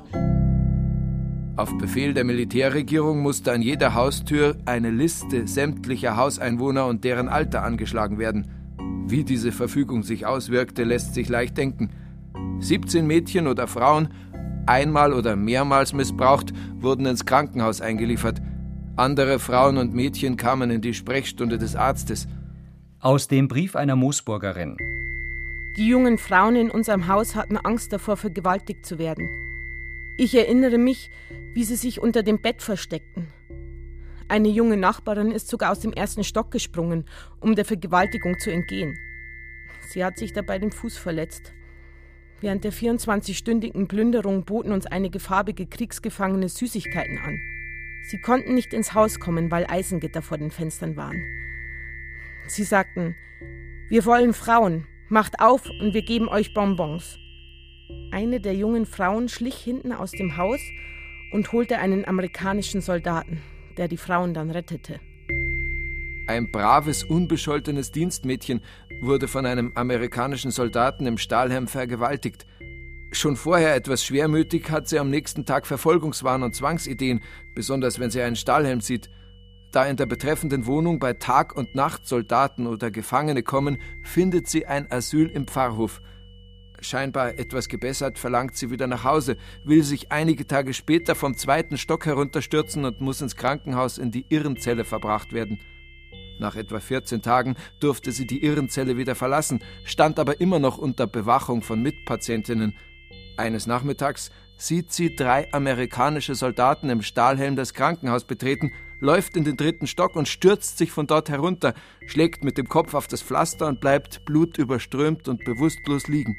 Auf Befehl der Militärregierung musste an jeder Haustür eine Liste sämtlicher Hauseinwohner und deren Alter angeschlagen werden. Wie diese Verfügung sich auswirkte, lässt sich leicht denken. siebzehn Mädchen oder Frauen, einmal oder mehrmals missbraucht, wurden ins Krankenhaus eingeliefert. Andere Frauen und Mädchen kamen in die Sprechstunde des Arztes. Aus dem Brief einer Moosburgerin. Die jungen Frauen in unserem Haus hatten Angst davor, vergewaltigt zu werden. Ich erinnere mich, wie sie sich unter dem Bett versteckten. Eine junge Nachbarin ist sogar aus dem ersten Stock gesprungen, um der Vergewaltigung zu entgehen. Sie hat sich dabei den Fuß verletzt. Während der vierundzwanzigstündigen Plünderung boten uns einige farbige Kriegsgefangene Süßigkeiten an. Sie konnten nicht ins Haus kommen, weil Eisengitter vor den Fenstern waren. Sie sagten, wir wollen Frauen, macht auf und wir geben euch Bonbons. Eine der jungen Frauen schlich hinten aus dem Haus und holte einen amerikanischen Soldaten, der die Frauen dann rettete. Ein braves, unbescholtenes Dienstmädchen wurde von einem amerikanischen Soldaten im Stahlhelm vergewaltigt. Schon vorher etwas schwermütig hat sie am nächsten Tag Verfolgungswahn und Zwangsideen, besonders wenn sie einen Stahlhelm sieht. Da in der betreffenden Wohnung bei Tag und Nacht Soldaten oder Gefangene kommen, findet sie ein Asyl im Pfarrhof. Scheinbar etwas gebessert verlangt sie wieder nach Hause, will sich einige Tage später vom zweiten Stock herunterstürzen und muss ins Krankenhaus in die Irrenzelle verbracht werden. Nach etwa vierzehn Tagen durfte sie die Irrenzelle wieder verlassen, stand aber immer noch unter Bewachung von Mitpatientinnen. Eines Nachmittags sieht sie drei amerikanische Soldaten im Stahlhelm das Krankenhaus betreten, läuft in den dritten Stock und stürzt sich von dort herunter, schlägt mit dem Kopf auf das Pflaster und bleibt blutüberströmt und bewusstlos liegen.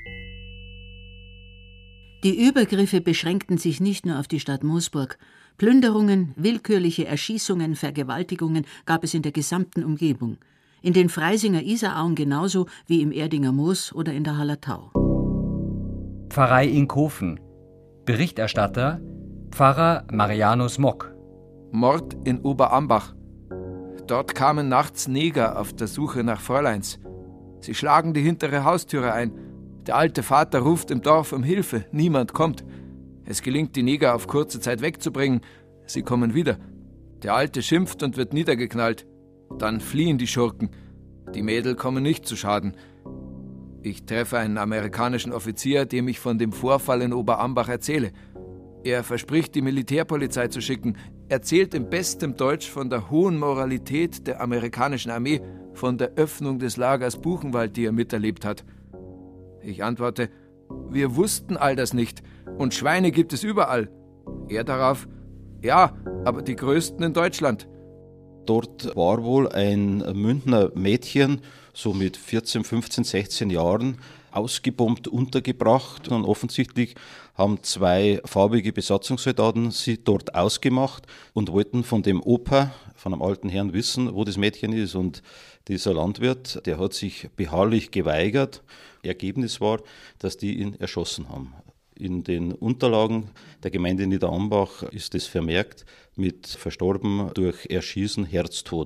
Die Übergriffe beschränkten sich nicht nur auf die Stadt Moosburg. Plünderungen, willkürliche Erschießungen, Vergewaltigungen gab es in der gesamten Umgebung. In den Freisinger Isarauen genauso wie im Erdinger Moos oder in der Hallertau. Pfarrei Inkhofen. Berichterstatter Pfarrer Marianus Mock. Mord in Oberambach. Dort kamen nachts Neger auf der Suche nach Fräuleins. Sie schlagen die hintere Haustüre ein. Der alte Vater ruft im Dorf um Hilfe. Niemand kommt. Es gelingt, die Neger auf kurze Zeit wegzubringen. Sie kommen wieder. Der Alte schimpft und wird niedergeknallt. Dann fliehen die Schurken. Die Mädel kommen nicht zu Schaden. Ich treffe einen amerikanischen Offizier, dem ich von dem Vorfall in Oberambach erzähle. Er verspricht, die Militärpolizei zu schicken, erzählt in bestem Deutsch von der hohen Moralität der amerikanischen Armee, von der Öffnung des Lagers Buchenwald, die er miterlebt hat. Ich antworte, wir wussten all das nicht und Schweine gibt es überall. Er darauf, ja, aber die größten in Deutschland. Dort war wohl ein Münchner Mädchen, so mit vierzehn, fünfzehn, sechzehn Jahren, ausgebombt untergebracht. Und offensichtlich haben zwei farbige Besatzungssoldaten sie dort ausgemacht und wollten von dem Opa, von einem alten Herrn, wissen, wo das Mädchen ist. Und dieser Landwirt, der hat sich beharrlich geweigert. Ergebnis war, dass die ihn erschossen haben. In den Unterlagen der Gemeinde Niederambach ist es vermerkt mit verstorben durch Erschießen, Herztod.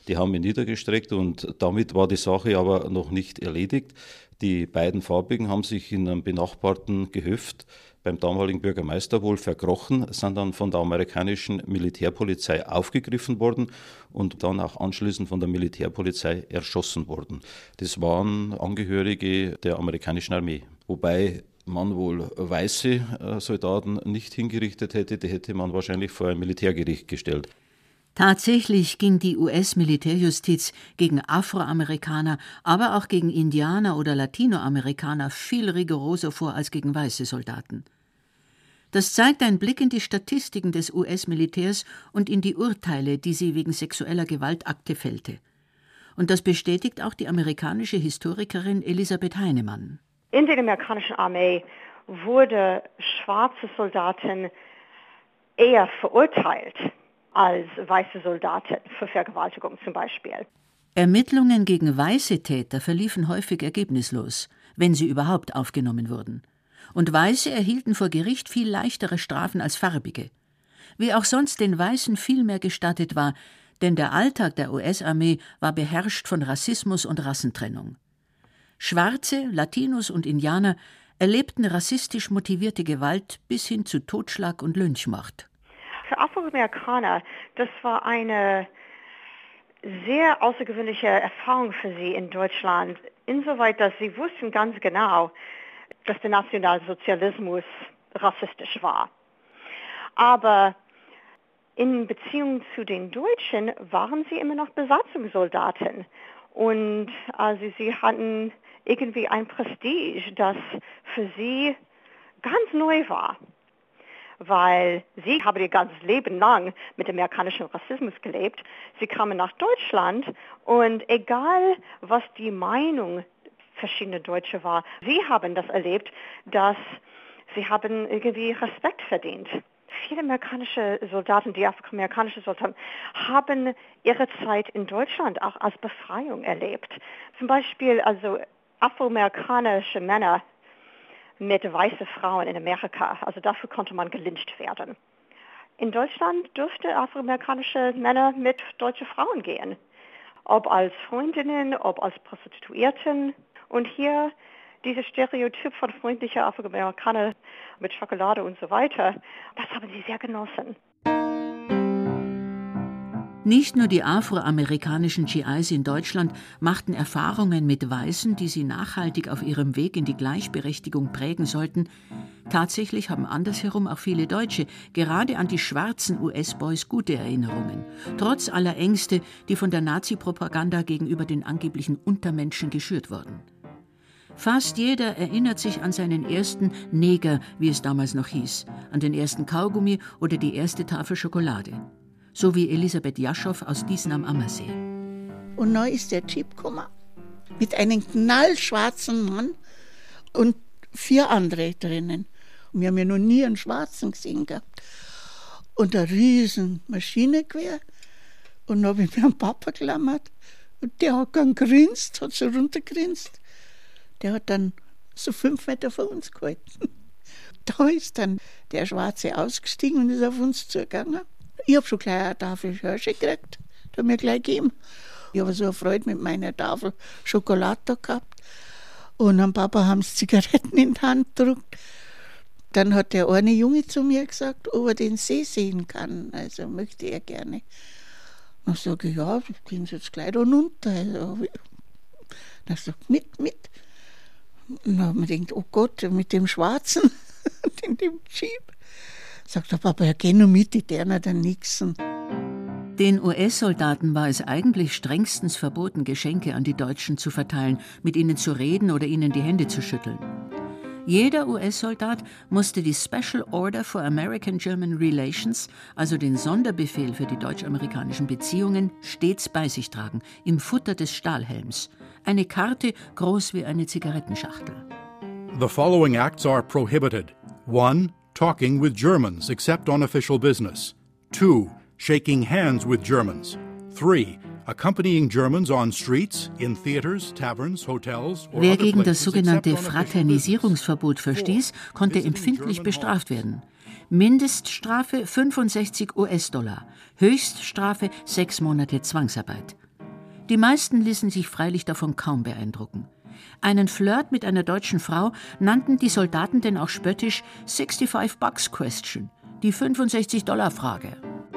Die haben mich niedergestreckt und damit war die Sache aber noch nicht erledigt. Die beiden Farbigen haben sich in einem benachbarten Gehöft beim damaligen Bürgermeister wohl verkrochen, sind dann von der amerikanischen Militärpolizei aufgegriffen worden und dann auch anschließend von der Militärpolizei erschossen worden. Das waren Angehörige der amerikanischen Armee, wobei man wohl weiße Soldaten nicht hingerichtet hätte, die hätte man wahrscheinlich vor ein Militärgericht gestellt. Tatsächlich ging die U S-Militärjustiz gegen Afroamerikaner, aber auch gegen Indianer oder Latinoamerikaner viel rigoroser vor als gegen weiße Soldaten. Das zeigt ein Blick in die Statistiken des U S-Militärs und in die Urteile, die sie wegen sexueller Gewaltakte fällte. Und das bestätigt auch die amerikanische Historikerin Elisabeth Heinemann. In der amerikanischen Armee wurde schwarze Soldaten eher verurteilt als weiße Soldaten für Vergewaltigung zum Beispiel. Ermittlungen gegen weiße Täter verliefen häufig ergebnislos, wenn sie überhaupt aufgenommen wurden. Und Weiße erhielten vor Gericht viel leichtere Strafen als Farbige. Wie auch sonst den Weißen viel mehr gestattet war, denn der Alltag der U S-Armee war beherrscht von Rassismus und Rassentrennung. Schwarze, Latinos und Indianer erlebten rassistisch motivierte Gewalt bis hin zu Totschlag und Lynchmord. Für Afroamerikaner, das war eine sehr außergewöhnliche Erfahrung für sie in Deutschland, insoweit, dass sie wussten ganz genau, dass der Nationalsozialismus rassistisch war. Aber in Beziehung zu den Deutschen waren sie immer noch Besatzungssoldaten. Und also sie hatten irgendwie ein Prestige, das für sie ganz neu war. Weil sie haben ihr ganzes Leben lang mit amerikanischem Rassismus gelebt. Sie kamen nach Deutschland und egal, was die Meinung verschiedener Deutsche war, sie haben das erlebt, dass sie haben irgendwie Respekt verdient. Viele amerikanische Soldaten, die afroamerikanische Soldaten, haben ihre Zeit in Deutschland auch als Befreiung erlebt. Zum Beispiel also afroamerikanische Männer mit weißen Frauen in Amerika. Also dafür konnte man gelyncht werden. In Deutschland durften afroamerikanische Männer mit deutschen Frauen gehen. Ob als Freundinnen, ob als Prostituierten. Und hier dieses Stereotyp von freundlicher Afroamerikaner mit Schokolade und so weiter, das haben sie sehr genossen. Nicht nur die afroamerikanischen G Is in Deutschland machten Erfahrungen mit Weißen, die sie nachhaltig auf ihrem Weg in die Gleichberechtigung prägen sollten. Tatsächlich haben andersherum auch viele Deutsche gerade an die schwarzen U S-Boys gute Erinnerungen, trotz aller Ängste, die von der Nazi-Propaganda gegenüber den angeblichen Untermenschen geschürt wurden. Fast jeder erinnert sich an seinen ersten Neger, wie es damals noch hieß, an den ersten Kaugummi oder die erste Tafel Schokolade. So wie Elisabeth Jaschow aus Diesen am Ammersee. Und neu ist der Jeep gekommen, mit einem knallschwarzen Mann und vier andere drinnen. Und wir haben ja noch nie einen Schwarzen gesehen gehabt. Und eine riesen Maschinengewehr. Und dann habe ich mir einen Papa geklammert. Und der hat dann grinst, hat so runtergrinst. Der hat dann so fünf Meter vor uns gehalten. Da ist dann der Schwarze ausgestiegen und ist auf uns zugegangen. Ich habe schon gleich eine Tafel Hirsche gekriegt, die hat mir gleich gegeben. Ich habe so eine Freude mit meiner Tafel Schokolade gehabt. Und am Papa haben sie Zigaretten in die Hand gedrückt. Dann hat der eine Junge zu mir gesagt, ob er den See sehen kann. Also möchte er gerne. Dann sage ich, ja, gehen Sie jetzt gleich da runter. Also, dann sagt er, mit, mit. Und dann habe ich mir gedacht, oh Gott, mit dem Schwarzen, in dem Jeep. Sagt der Papa, ja, geh nur mit, die derner dann nixen. Den U S-Soldaten war es eigentlich strengstens verboten, Geschenke an die Deutschen zu verteilen, mit ihnen zu reden oder ihnen die Hände zu schütteln. Jeder U S-Soldat musste die Special Order for American-German Relations, also den Sonderbefehl für die deutsch-amerikanischen Beziehungen, stets bei sich tragen, im Futter des Stahlhelms. Eine Karte groß wie eine Zigarettenschachtel. The following acts are prohibited. One, talking with Germans except on official business. Two, shaking hands with Germans. Three, accompanying Germans on streets, in theaters, taverns, hotels or Wer gegen das sogenannte Fraternisierungsverbot verstieß, konnte empfindlich bestraft werden. Mindeststrafe fünfundsechzig US-Dollar, Höchststrafe sechs Monate Zwangsarbeit. Die meisten ließen sich freilich davon kaum beeindrucken. Einen Flirt mit einer deutschen Frau nannten die Soldaten denn auch spöttisch sixty-five bucks question, die fünfundsechzig-Dollar-Frage.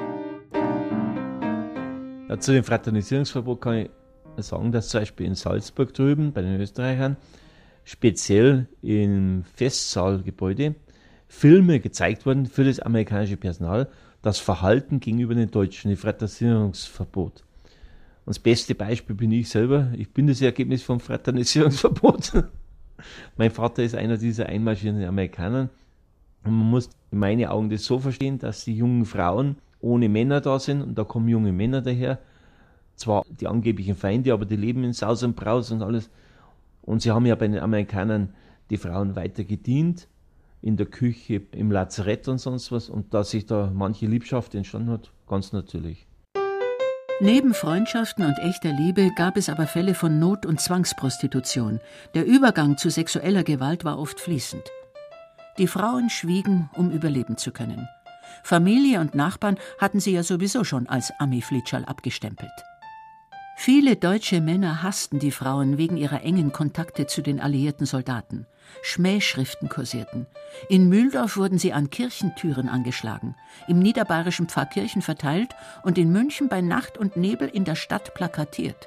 Ja, zu dem Fraternisierungsverbot kann ich sagen, dass zum Beispiel in Salzburg drüben bei den Österreichern speziell im Festsaalgebäude Filme gezeigt wurden für das amerikanische Personal, das Verhalten gegenüber den Deutschen, das Fraternisierungsverbot. Und das beste Beispiel bin ich selber. Ich bin das Ergebnis vom Fraternisierungsverbot. Mein Vater ist einer dieser einmarschierenden Amerikaner. Und man muss in meinen Augen das so verstehen, dass die jungen Frauen ohne Männer da sind und da kommen junge Männer daher. Zwar die angeblichen Feinde, aber die leben in Saus und Braus und alles. Und sie haben ja bei den Amerikanern die Frauen weiter gedient, in der Küche, im Lazarett und sonst was. Und dass sich da manche Liebschaft entstanden hat, ganz natürlich. Neben Freundschaften und echter Liebe gab es aber Fälle von Not- und Zwangsprostitution. Der Übergang zu sexueller Gewalt war oft fließend. Die Frauen schwiegen, um überleben zu können. Familie und Nachbarn hatten sie ja sowieso schon als Ami-Flitscherl abgestempelt. Viele deutsche Männer hassten die Frauen wegen ihrer engen Kontakte zu den alliierten Soldaten. Schmähschriften kursierten. In Mühldorf wurden sie an Kirchentüren angeschlagen, im niederbayerischen Pfarrkirchen verteilt und in München bei Nacht und Nebel in der Stadt plakatiert.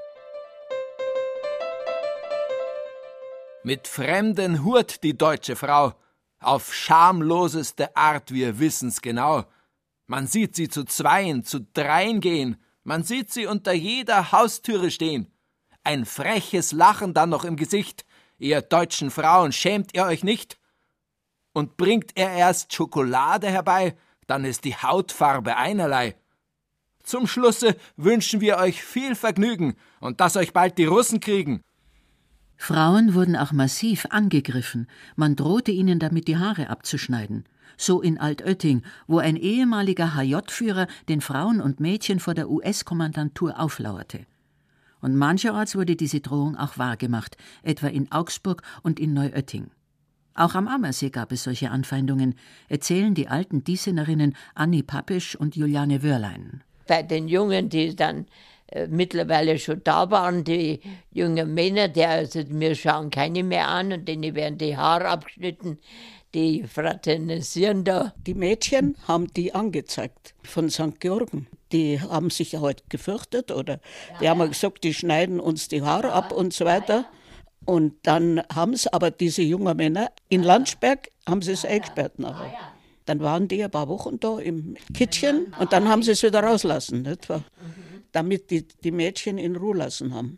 Mit Fremden hurt die deutsche Frau, auf schamloseste Art, wir wissen's genau. Man sieht sie zu Zweien, zu Dreien gehen, man sieht sie unter jeder Haustüre stehen. Ein freches Lachen dann noch im Gesicht. Ihr deutschen Frauen, schämt ihr euch nicht? Und bringt er erst Schokolade herbei, dann ist die Hautfarbe einerlei. Zum Schlusse wünschen wir euch viel Vergnügen und dass euch bald die Russen kriegen. Frauen wurden auch massiv angegriffen. Man drohte ihnen damit, die Haare abzuschneiden. So in Altötting, wo ein ehemaliger H J-Führer den Frauen und Mädchen vor der U S-Kommandantur auflauerte. Und mancherorts wurde diese Drohung auch wahrgemacht, etwa in Augsburg und in Neuötting. Auch am Ammersee gab es solche Anfeindungen, erzählen die alten Diesenerinnen Anni Pappisch und Juliane Wörlein. Bei den Jungen, die dann äh, mittlerweile schon da waren, die jungen Männer, die, also mir schauen keine mehr an und denen werden die Haare abgeschnitten, die fraternisieren da. Die Mädchen haben die angezeigt von Sankt Georgen. Die haben sich ja halt gefürchtet oder die haben gesagt, die schneiden uns die Haare ab und so weiter. Und dann haben es aber diese jungen Männer in Landsberg, haben sie es eingesperrt nachher. Dann waren die ein paar Wochen da im Kittchen und dann haben sie es wieder rauslassen, nicht wahr? Damit die, die Mädchen in Ruhe lassen haben.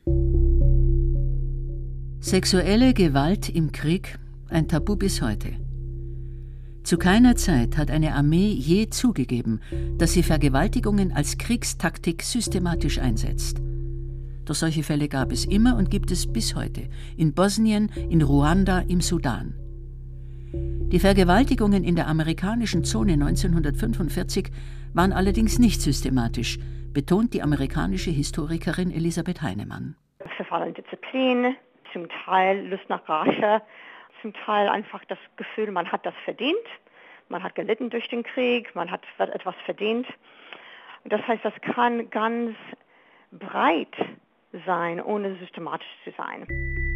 Sexuelle Gewalt im Krieg, ein Tabu bis heute. Zu keiner Zeit hat eine Armee je zugegeben, dass sie Vergewaltigungen als Kriegstaktik systematisch einsetzt. Doch solche Fälle gab es immer und gibt es bis heute, in Bosnien, in Ruanda, im Sudan. Die Vergewaltigungen in der amerikanischen Zone neunzehnhundertfünfundvierzig waren allerdings nicht systematisch, betont die amerikanische Historikerin Elisabeth Heinemann. Verfallene Disziplin, zum Teil Lust nach Rache, zum Teil einfach das Gefühl, man hat das verdient, man hat gelitten durch den Krieg, man hat etwas verdient. Das heißt, das kann ganz breit sein, ohne systematisch zu sein.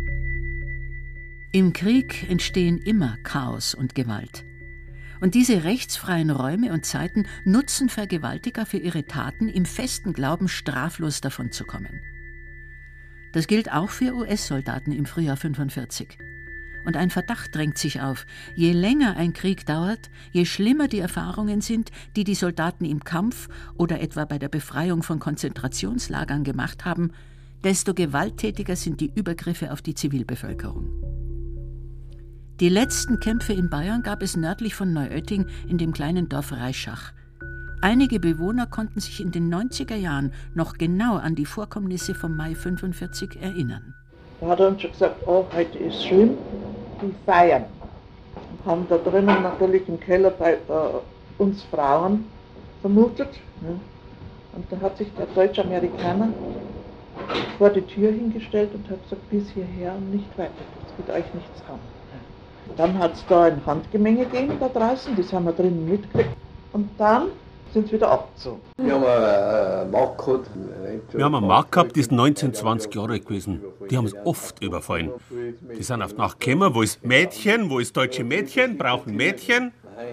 Im Krieg entstehen immer Chaos und Gewalt. Und diese rechtsfreien Räume und Zeiten nutzen Vergewaltiger für ihre Taten im festen Glauben, straflos davonzukommen. Das gilt auch für U S-Soldaten im Frühjahr fünfundvierzig. Und ein Verdacht drängt sich auf. Je länger ein Krieg dauert, je schlimmer die Erfahrungen sind, die die Soldaten im Kampf oder etwa bei der Befreiung von Konzentrationslagern gemacht haben, desto gewalttätiger sind die Übergriffe auf die Zivilbevölkerung. Die letzten Kämpfe in Bayern gab es nördlich von Neuötting in dem kleinen Dorf Reischach. Einige Bewohner konnten sich in den neunziger Jahren noch genau an die Vorkommnisse vom Mai fünfundvierzig erinnern. Da hat er uns schon gesagt, oh, heute ist schlimm, die feiern. Und haben da drinnen natürlich im Keller bei äh, uns Frauen vermutet. Ne? Und da hat sich der Deutsch-Amerikaner vor die Tür hingestellt und hat gesagt, bis hierher und nicht weiter, das geht euch nichts an. Dann hat es da ein Handgemenge gegeben da draußen, das haben wir drinnen mitgekriegt. Und dann sind sie wieder abgezogen. Wir haben einen Markt gehabt. Wir haben einen Markt gehabt, die ist neunzehn, zwanzig Jahre alt gewesen. Die haben es oft überfallen. Die sind auf die Nacht gekommen, wo ist Mädchen, wo ist deutsche Mädchen, brauchen Mädchen.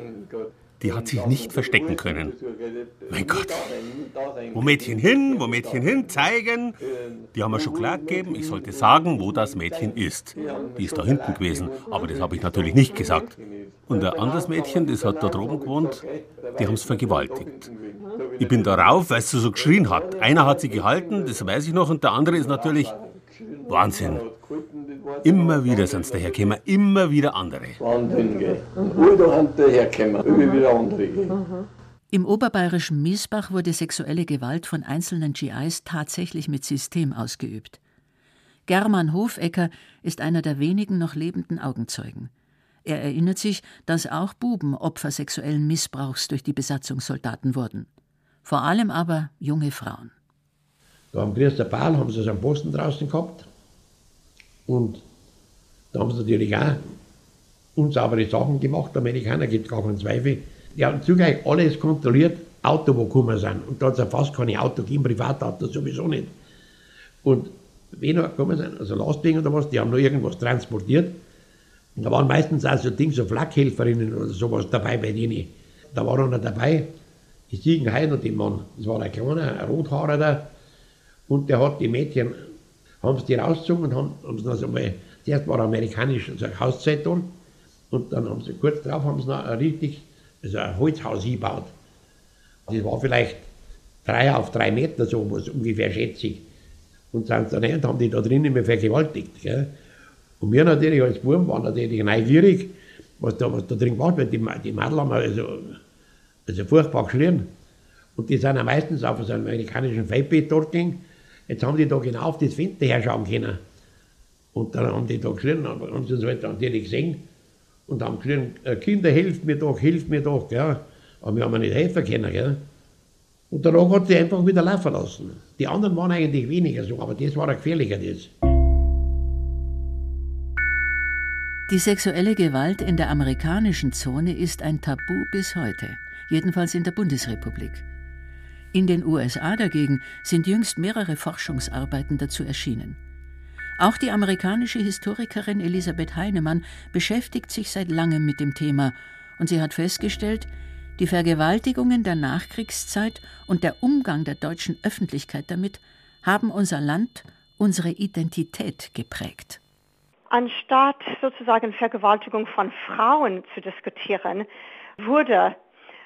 Die hat sich nicht verstecken können. Mein Gott, wo Mädchen hin, wo Mädchen hin, zeigen. Die haben mir schon klar gegeben, ich sollte sagen, wo das Mädchen ist. Die ist da hinten gewesen, aber das habe ich natürlich nicht gesagt. Und ein anderes Mädchen, das hat da droben gewohnt, die haben es vergewaltigt. Ich bin da rauf, weil sie so geschrien hat. Einer hat sie gehalten, das weiß ich noch, und der andere ist natürlich Wahnsinn. Immer wieder sind sie dahergekommen, immer wieder andere. Wahnsinn, gell. Und alle sind dahergekommen, immer wieder andere, gell. Im oberbayerischen Miesbach wurde sexuelle Gewalt von einzelnen G Is tatsächlich mit System ausgeübt. German Hofecker ist einer der wenigen noch lebenden Augenzeugen. Er erinnert sich, dass auch Buben Opfer sexuellen Missbrauchs durch die Besatzungssoldaten wurden. Vor allem aber junge Frauen. Da am Christa Paul haben sie so einen Posten draußen gehabt. Und da haben sie natürlich auch unsaubere Sachen gemacht. Die Amerikaner, gibt gar keinen Zweifel. Die haben zugleich alles kontrolliert, Auto, wo gekommen sind. Und da hat es ja fast keine Auto gegeben, Privatauto sowieso nicht. Und wenn noch gekommen sind, also Lastwagen oder was, die haben noch irgendwas transportiert. Und da waren meistens auch so Dinge, so Flakhelferinnen oder sowas dabei bei denen. Da war einer dabei, die Siegenhain und den Mann. Das war ein kleiner, ein Rothaarer da. Und der hat die Mädchen, haben sie die rausgezogen und haben, haben sie also mal, zuerst war amerikanisch, also eine Hauszeitung. Und dann haben sie kurz drauf, haben sie noch ein richtig, also ein Holzhaus hingebaut. Das war vielleicht drei auf drei Meter, so was ungefähr schätze ich. Und sind dann rein und haben die da drinnen mehr vergewaltigt. Gell? Und wir natürlich als Buben waren natürlich neugierig, was da, was da drin gemacht wird. Die, die Mädel haben also, also furchtbar geschrien. Und die sind ja meistens auf so einem amerikanischen Feldbett dort gegangen. Jetzt haben die da genau auf das Fenster herschauen können. Und dann haben die da geschrien, haben sie uns halt natürlich gesehen und haben geschrien, Kinder, helft mir doch, helft mir doch. Gell? Aber wir haben nicht helfen können. Gell? Und danach hat sie einfach wieder laufen lassen. Die anderen waren eigentlich weniger so, aber das war ein gefährlicher. Das. Die sexuelle Gewalt in der amerikanischen Zone ist ein Tabu bis heute, jedenfalls in der Bundesrepublik. In den U S A dagegen sind jüngst mehrere Forschungsarbeiten dazu erschienen. Auch die amerikanische Historikerin Elisabeth Heinemann beschäftigt sich seit langem mit dem Thema und sie hat festgestellt, die Vergewaltigungen der Nachkriegszeit und der Umgang der deutschen Öffentlichkeit damit haben unser Land, unsere Identität geprägt. Anstatt sozusagen Vergewaltigung von Frauen zu diskutieren, wurde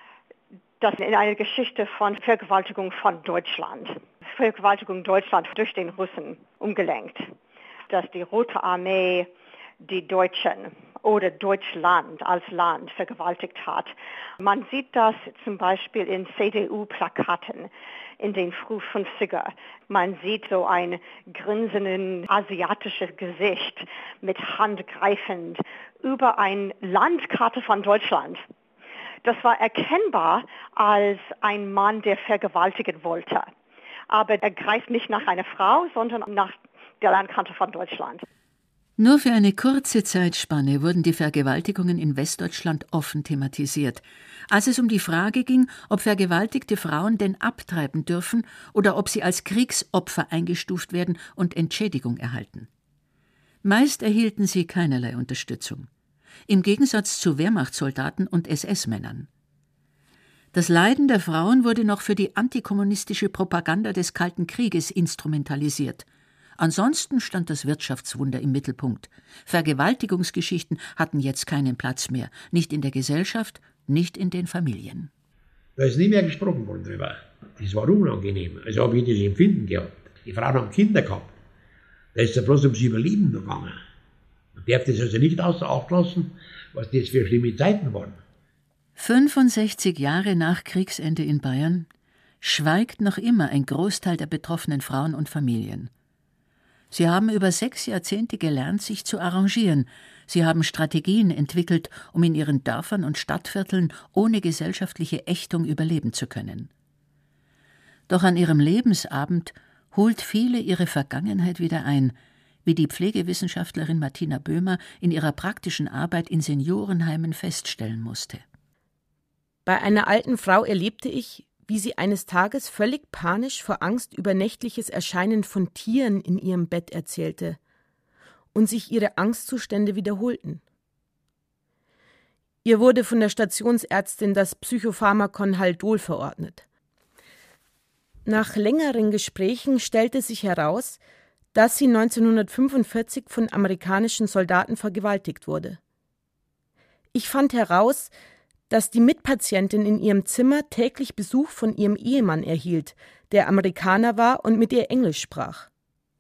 das in eine Geschichte von Vergewaltigung von Deutschland, Vergewaltigung Deutschland durch den Russen umgelenkt. Dass die Rote Armee die Deutschen oder Deutschland als Land vergewaltigt hat. Man sieht das zum Beispiel in C D U-Plakaten in den Frühfünfziger. Man sieht so ein grinsendes asiatisches Gesicht mit Hand greifend über eine Landkarte von Deutschland. Das war erkennbar als ein Mann, der vergewaltigen wollte. Aber er greift nicht nach einer Frau, sondern nach der Landkarte von Deutschland. Nur für eine kurze Zeitspanne wurden die Vergewaltigungen in Westdeutschland offen thematisiert, als es um die Frage ging, ob vergewaltigte Frauen denn abtreiben dürfen oder ob sie als Kriegsopfer eingestuft werden und Entschädigung erhalten. Meist erhielten sie keinerlei Unterstützung, im Gegensatz zu Wehrmachtssoldaten und S S-Männern. Das Leiden der Frauen wurde noch für die antikommunistische Propaganda des Kalten Krieges instrumentalisiert. Ansonsten stand das Wirtschaftswunder im Mittelpunkt. Vergewaltigungsgeschichten hatten jetzt keinen Platz mehr, nicht in der Gesellschaft, nicht in den Familien. Da ist nie mehr gesprochen worden drüber. Das war unangenehm. Also habe ich das Empfinden gehabt. Die Frauen haben Kinder gehabt. Da ist es ja bloß ums Überleben gegangen. Man darf das also nicht außer Acht lassen, was das für schlimme Zeiten waren. fünfundsechzig Jahre nach Kriegsende in Bayern schweigt noch immer ein Großteil der betroffenen Frauen und Familien. Sie haben über sechs Jahrzehnte gelernt, sich zu arrangieren. Sie haben Strategien entwickelt, um in ihren Dörfern und Stadtvierteln ohne gesellschaftliche Ächtung überleben zu können. Doch an ihrem Lebensabend holt viele ihre Vergangenheit wieder ein, wie die Pflegewissenschaftlerin Martina Böhmer in ihrer praktischen Arbeit in Seniorenheimen feststellen musste. Bei einer alten Frau erlebte ich, wie sie eines Tages völlig panisch vor Angst über nächtliches Erscheinen von Tieren in ihrem Bett erzählte und sich ihre Angstzustände wiederholten. Ihr wurde von der Stationsärztin das Psychopharmakon Haldol verordnet. Nach längeren Gesprächen stellte sich heraus, dass sie neunzehnhundertfünfundvierzig von amerikanischen Soldaten vergewaltigt wurde. Ich fand heraus, dass die Mitpatientin in ihrem Zimmer täglich Besuch von ihrem Ehemann erhielt, der Amerikaner war und mit ihr Englisch sprach.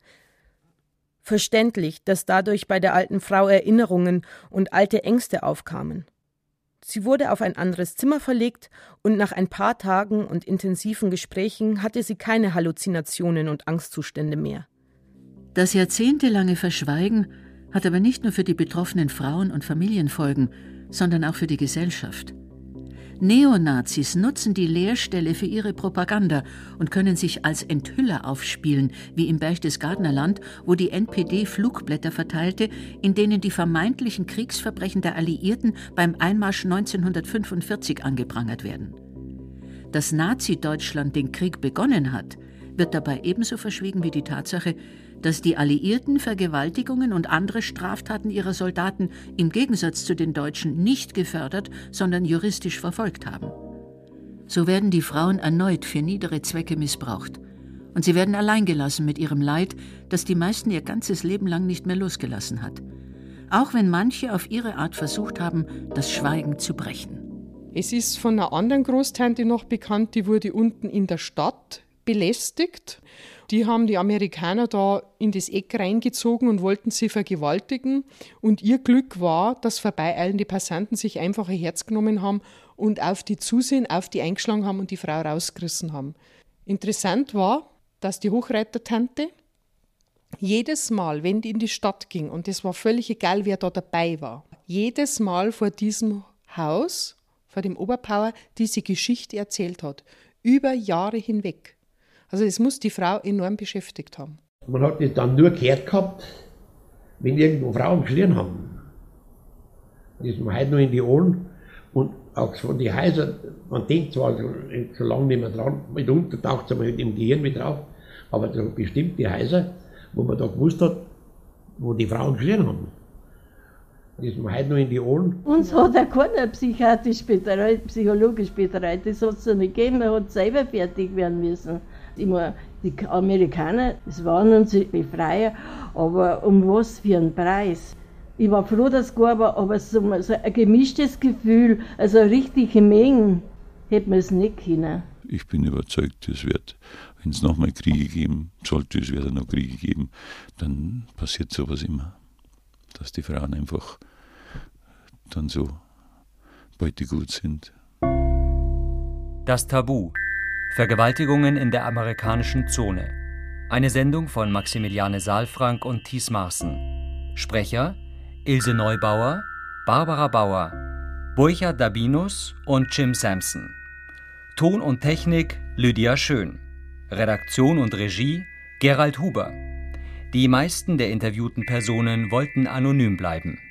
Verständlich, dass dadurch bei der alten Frau Erinnerungen und alte Ängste aufkamen. Sie wurde auf ein anderes Zimmer verlegt und nach ein paar Tagen und intensiven Gesprächen hatte sie keine Halluzinationen und Angstzustände mehr. Das jahrzehntelange Verschweigen hat aber nicht nur für die betroffenen Frauen und Familien Folgen, sondern auch für die Gesellschaft. Neonazis nutzen die Leerstelle für ihre Propaganda und können sich als Enthüller aufspielen, wie im Berchtesgadener Land, wo die N P D Flugblätter verteilte, in denen die vermeintlichen Kriegsverbrechen der Alliierten beim Einmarsch neunzehnhundertfünfundvierzig angeprangert werden. Dass Nazi-Deutschland den Krieg begonnen hat, wird dabei ebenso verschwiegen wie die Tatsache, dass die Alliierten Vergewaltigungen und andere Straftaten ihrer Soldaten im Gegensatz zu den Deutschen nicht gefördert, sondern juristisch verfolgt haben. So werden die Frauen erneut für niedere Zwecke missbraucht. Und sie werden alleingelassen mit ihrem Leid, das die meisten ihr ganzes Leben lang nicht mehr losgelassen hat. Auch wenn manche auf ihre Art versucht haben, das Schweigen zu brechen. Es ist von einer anderen Großtante noch bekannt, die wurde unten in der Stadt belästigt. Die haben die Amerikaner da in das Eck reingezogen und wollten sie vergewaltigen. Und ihr Glück war, dass vorbeieilende Passanten sich einfach ein Herz genommen haben und auf die zusehen, auf die eingeschlagen haben und die Frau rausgerissen haben. Interessant war, dass die Hochreitertante jedes Mal, wenn die in die Stadt ging, und es war völlig egal, wer da dabei war, jedes Mal vor diesem Haus, vor dem Oberpauer, diese Geschichte erzählt hat. Über Jahre hinweg. Also das muss die Frau enorm beschäftigt haben. Man hat das dann nur gehört gehabt, wenn irgendwo Frauen geschrien haben. Das ist mir heute noch in die Ohren. Und auch von den Häusern, man denkt zwar so lange nicht mehr dran, mitunter taucht es einmal im Gehirn mit drauf, aber so bestimmte Häuser, wo man da gewusst hat, wo die Frauen geschrien haben. Das ist mir heute noch in die Ohren. Uns hat auch keiner psychiatrisch betreut, psychologisch betreut. Das hat es ja nicht gegeben, man hat selber fertig werden müssen. Immer die Amerikaner, das waren unsere Befreier, aber um was für einen Preis? Ich war froh, dass es gar war, aber so, so ein gemischtes Gefühl, also eine richtige Menge, hätte man es nicht können. Ich bin überzeugt, es wird, wenn es nochmal Kriege geben sollte, es wird ja noch Kriege geben, dann passiert sowas immer. Dass die Frauen einfach dann so beutegut sind. Das Tabu. Vergewaltigungen in der amerikanischen Zone. Eine Sendung von Maximiliane Saalfrank und Thies Marsen. Sprecher Ilse Neubauer, Barbara Bauer, Burchard Dabinus und Jim Sampson. Ton und Technik Lydia Schön. Redaktion und Regie Gerald Huber. Die meisten der interviewten Personen wollten anonym bleiben.